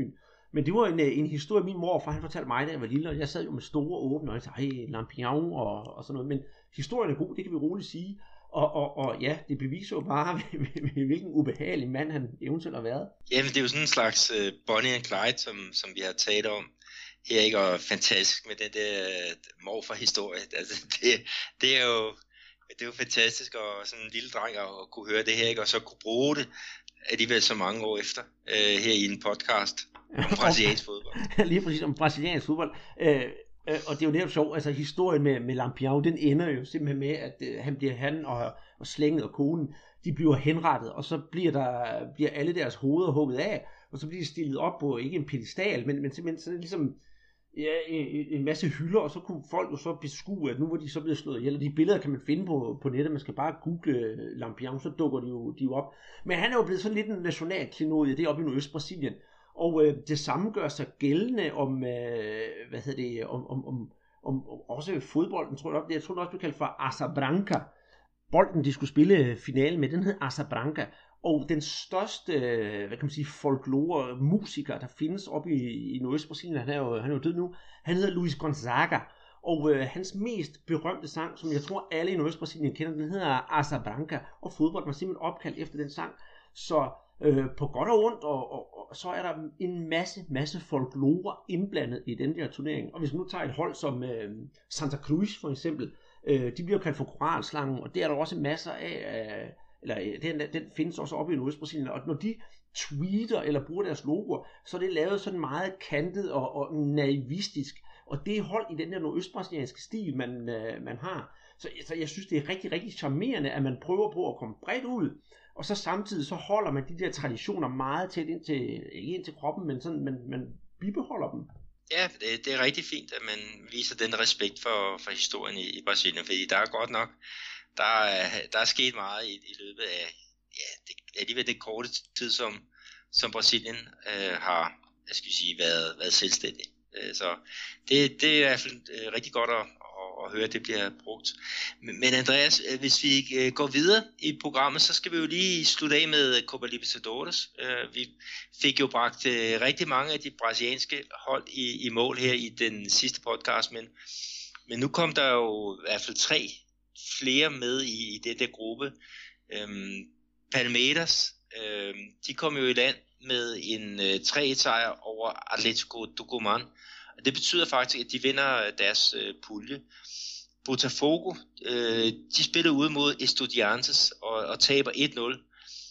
Men det var en, en historie, min mor, for han fortalte mig, da jeg var lille, og jeg sad jo med store åbne, og jeg sagde, hey, Lampion og, og sådan noget. Men historien er god, det kan vi roligt sige. Og, og, og ja, det beviser jo bare, hvilken ubehagelig mand han eventuelt har været. Jamen, det er jo sådan en slags uh, Bonnie and Clyde, som, som vi har talt om her, ikke? Og fantastisk med den der uh, morfar-historie. Altså, det, det er jo det er jo fantastisk, og sådan en lille dreng at kunne høre det her, ikke? Og så kunne bruge det alligevel så mange år efter uh, her i en podcast om brasiliansk fodbold. Lige præcis om brasiliansk fodbold. Uh, Og det er jo netop sjovt, altså historien med, med Lampion, den ender jo simpelthen med, at øh, han bliver han og, og slænget og konen, de bliver henrettet, og så bliver, der, bliver alle deres hoveder hugget af, og så bliver de stillet op på, ikke en pedestal, men, men simpelthen sådan ligesom ja, en, en masse hylder, og så kunne folk jo så beskue, at nu var de så blevet slået ihjel, og de billeder kan man finde på, på nettet, man skal bare google Lampion, så dukker de jo, de jo op. Men han er jo blevet sådan lidt en nationalklenodie, det er oppe i Nordøst-Brasilien. Og øh, det samme gør sig gældende om, øh, hvad hedder det, om, om, om, om, om også fodbolden, tror jeg, jeg tror det også blev kaldt for Asa Branca. Bolden, de skulle spille finalen med, den hed Asa Branca. Og den største, hvad kan man sige, folklore musiker, der findes oppe i, i Nordøst-Brasilien, han er, jo, han er jo død nu, han hedder Luis Gonzaga. Og øh, hans mest berømte sang, som jeg tror alle i Nordøst-Brasilien kender, den hedder Asa Branca. Og fodbold var simpelthen opkaldt efter den sang. Så øh, på godt og ondt, og, og, og så er der en masse, masse folklore indblandet i den der turnering. Og hvis man nu tager et hold som øh, Santa Cruz for eksempel, øh, de bliver kaldt for koralslangen, og det er der også masser af, øh, eller den, den findes også oppe i Nordøst-Brasilien, og når de tweeter eller bruger deres logoer, så er det lavet sådan meget kantet og, og naivistisk, og det er hold i den der nordøstbrasilianske stil, man, øh, man har. Så, så jeg synes, det er rigtig, rigtig charmerende, at man prøver på at komme bredt ud, og så samtidig så holder man de der traditioner meget tæt ind til, ikke ind til kroppen, men sådan, man, man bibeholder dem. Ja, det, det er rigtig fint, at man viser den respekt for, for historien i, i Brasilien, fordi der er godt nok, der er, der er sket meget i, i løbet af, ja, det, alligevel den korte tid, som, som Brasilien øh, har, jeg skal sige, været, været selvstændig. Så det, det er i hvert fald øh, rigtig godt at, at, at høre, at det bliver brugt. Men, men Andreas, hvis vi øh, går videre i programmet, så skal vi jo lige slutte af med Copa Libertadores. Øh, vi fik jo bragt øh, rigtig mange af de brasilianske hold i, i mål her i den sidste podcast, men, men nu kom der jo i hvert fald tre flere med i, i den der gruppe. Øhm, Palmeiras, øh, de kom jo i land med en øh, tre et sejr over Atletico Tucumán. Og det betyder faktisk, at de vinder deres øh, pulje. Botafogo, øh, de spiller ude mod Estudiantes og, og taber et nul.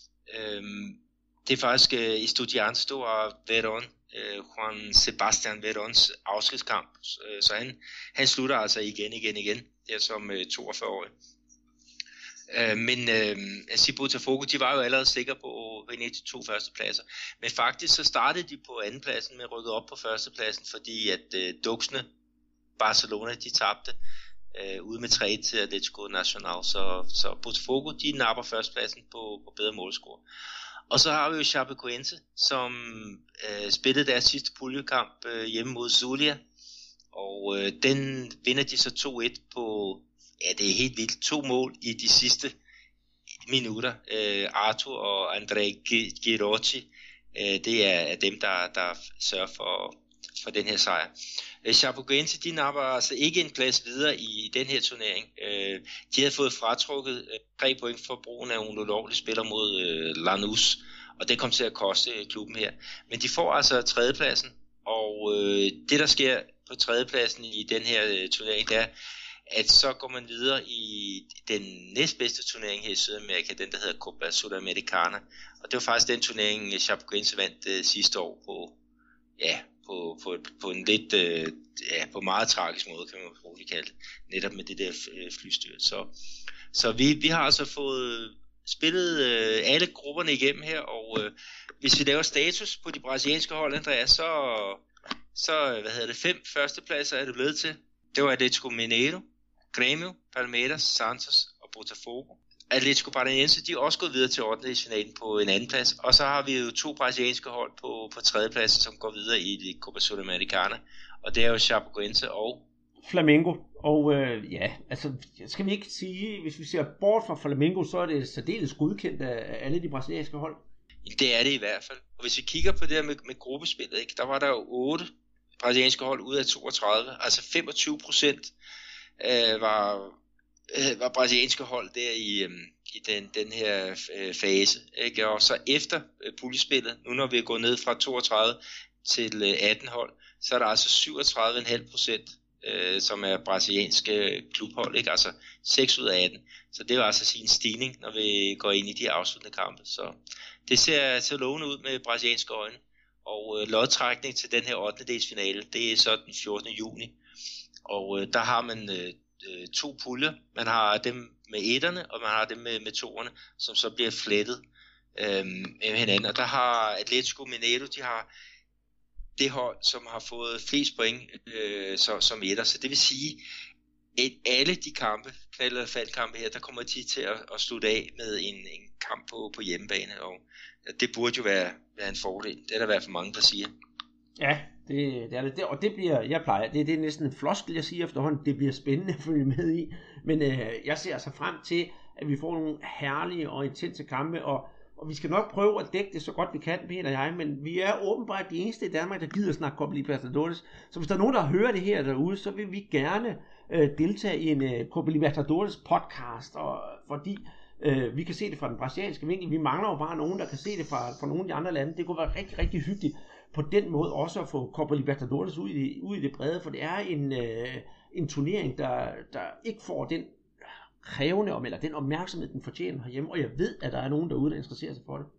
Øhm, det er faktisk øh, Estudiantes, det var Verón, øh, Juan Sebastián Verons afskedskamp. Øh, så han, han slutter altså igen, igen, igen, der som øh, toogfyrre-årig. Øh, men øh, altså Botafogo, de var jo allerede sikre på at vinde de to første pladser. Men faktisk så startede de på anden pladsen, men rykkede op på førstepladsen, fordi at øh, duksene Barcelona, de tabte øh, ude med tre til Atletico Nacional. Så, så Botafogo, de napper førstepladsen på, på bedre målscore. Og så har vi jo Chapecoense, som øh, spillede deres sidste puljekamp øh, hjemme mod Zulia. Og øh, den vinder de så to et på, ja, det er helt vildt, to mål i de sidste minutter. Øh, Arthur og André Girotti, øh, det er dem, der, der sørger for, for den her sejr. Øh, Chapecoense, de napper altså ikke en plads videre i den her turnering. Øh, de havde fået fratrukket øh, tre point for brugen af en ulovlig spiller mod øh, Lanús, og det kom til at koste øh, klubben her. Men de får altså tredjepladsen, og øh, det der sker på tredjepladsen i den her øh, turnering, det er, at så går man videre i den næstbedste turnering her i Sydamerika, den der hedder Copa Sudamericana. Og det var faktisk den turnering, Chapecoense vandt øh, sidste år på, ja, på, på, på en lidt, øh, ja, på meget tragisk måde, kan man roligt kalde det, netop med det der øh, flystyr. Så, så vi, vi har altså fået spillet øh, alle grupperne igennem her, og øh, hvis vi laver status på de brasilianske hold, Andreas, så, så hvad hedder det, fem førstepladser er det blevet til. Det var Atletico Mineiro, Grêmio, Palmeiras, Santos og Botafogo. Atletico Paranaense, de er også gået videre til ottendedelsfinalen på en anden plads. Og så har vi jo to brasilianske hold på, på tredjepladsen, som går videre i det Copa Sudamericana. Og det er jo Chapecoense og Flamengo. Og øh, ja, altså skal vi ikke sige, hvis vi ser bort fra Flamengo, så er det særdeles godkendt af alle de brasilianske hold. Det er det i hvert fald. Og hvis vi kigger på det her med, med gruppespillet, ikke, der var der jo otte brasilianske hold ud af toogtredive, altså femogtyve procent øh, var, øh, var brasilianske hold der i, øh, i den, den her øh, fase. Ikke? Og så efter øh, puljespillet, nu når vi er gået ned fra toogtredive til øh, atten hold, så er der altså syvogtredive komma fem procent, øh, som er brasilianske klubhold, ikke? Altså seks ud af atten. Så det er jo altså sin en stigning, når vi går ind i de afsluttende kampe. Så det ser, ser lovende ud med brasilianske øjne. Og øh, lodtrækning til den her ottende delsfinale, det er så den fjortende juni. Og øh, der har man øh, to puljer. Man har dem med etterne, og man har dem med, med toerne, som så bliver flettet øh, med hinanden. Og der har Atlético Mineiro, de har det hold, som har fået flest point øh, så, som etter. Så det vil sige, at alle de kampe, knald- eller faldkampe her, der kommer de til at, at slutte af med en, en kamp på, på hjemmebane. Og det burde jo være, være en fordel. Det er der i hvert fald mange, der siger. Ja, det, det er det. Og det bliver, jeg plejer, det, det er næsten en floskel, jeg siger efterhånden, det bliver spændende at følge med i. Men øh, jeg ser altså frem til, at vi får nogle herlige og intense kampe, og, og vi skal nok prøve at dække det så godt vi kan, Peter og jeg, men vi er åbenbart de eneste i Danmark, der gider snakke Copa Libertadores. Så hvis der er nogen, der hører det her derude, så vil vi gerne øh, deltage i en øh, Copa Libertadores podcast, og fordi øh, vi kan se det fra den brasilianske vinkel. Vi mangler jo bare nogen, der kan se det fra, fra nogle af de andre lande. Det kunne være rigtig, rigtig hyggeligt på den måde også at få Copa Libertadores ud i, ud i det brede, for det er en, øh, en turnering, der, der ikke får den krævende om, eller den opmærksomhed, den fortjener herhjemme, og jeg ved, at der er nogen derude, der interesserer sig for det.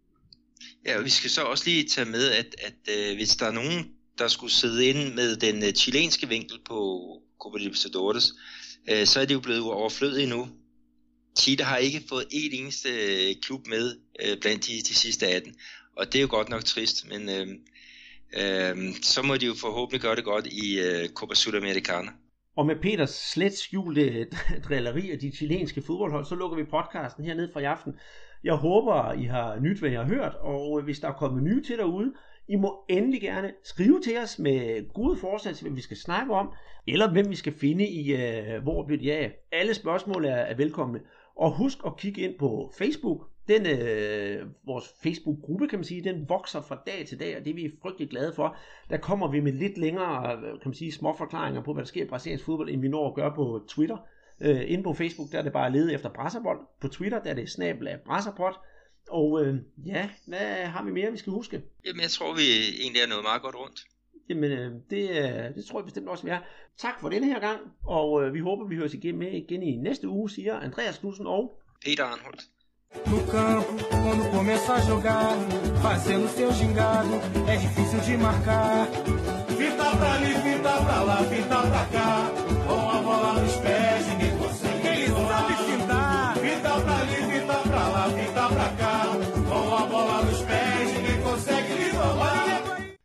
Ja, og vi skal så også lige tage med, at, at øh, hvis der er nogen, der skulle sidde inde med den øh, chilenske vinkel på Copa Libertadores, øh, så er det jo blevet overflødigt nu. Chile har ikke fået et eneste øh, klub med øh, blandt de, de sidste atten, og det er jo godt nok trist, men øh, øh, så må de jo forhåbentlig gøre det godt i øh, Copa Sudamericana. Og med Peters slet skjulte drilleri af de chilenske fodboldhold, så lukker vi podcasten hernede fra i aften. Jeg håber, I har nyt, hvad jeg har hørt, og hvis der er kommet nye til derude, I må endelig gerne skrive til os med gode forslag til, hvem vi skal snakke om, eller hvem vi skal finde i, uh, hvor bliver de af. Alle spørgsmål er, er velkomne. Og husk at kigge ind på Facebook. Den, øh, vores Facebook-gruppe, kan man sige, den vokser fra dag til dag, og det er vi frygtelig glade for. Der kommer vi med lidt længere, kan man sige, små forklaringer på, hvad der sker i brasiliansk fodbold, end vi når at gøre på Twitter. Øh, inde på Facebook, der er det bare at lede efter Brasserbold. På Twitter, der er det snabel-a Brasserpod. Og øh, ja, hvad har vi mere, vi skal huske? Jamen, jeg tror, vi egentlig er noget meget godt rundt. Jamen, øh, det, øh, det tror jeg bestemt også, vi er. Tak for denne her gang, og øh, vi håber, vi høres igen med igen i næste uge, siger Andreas Knudsen og Peter Arnholdt. No campo, quando começa a jogar, fazendo seu gingado, é difícil de marcar. Fita pra ali, fita pra lá, fita pra cá, com a bola nos pés, ninguém consegue. Ele sabe fintar. Fita pra ali, fita pra lá, fita pra cá, com a bola nos pés.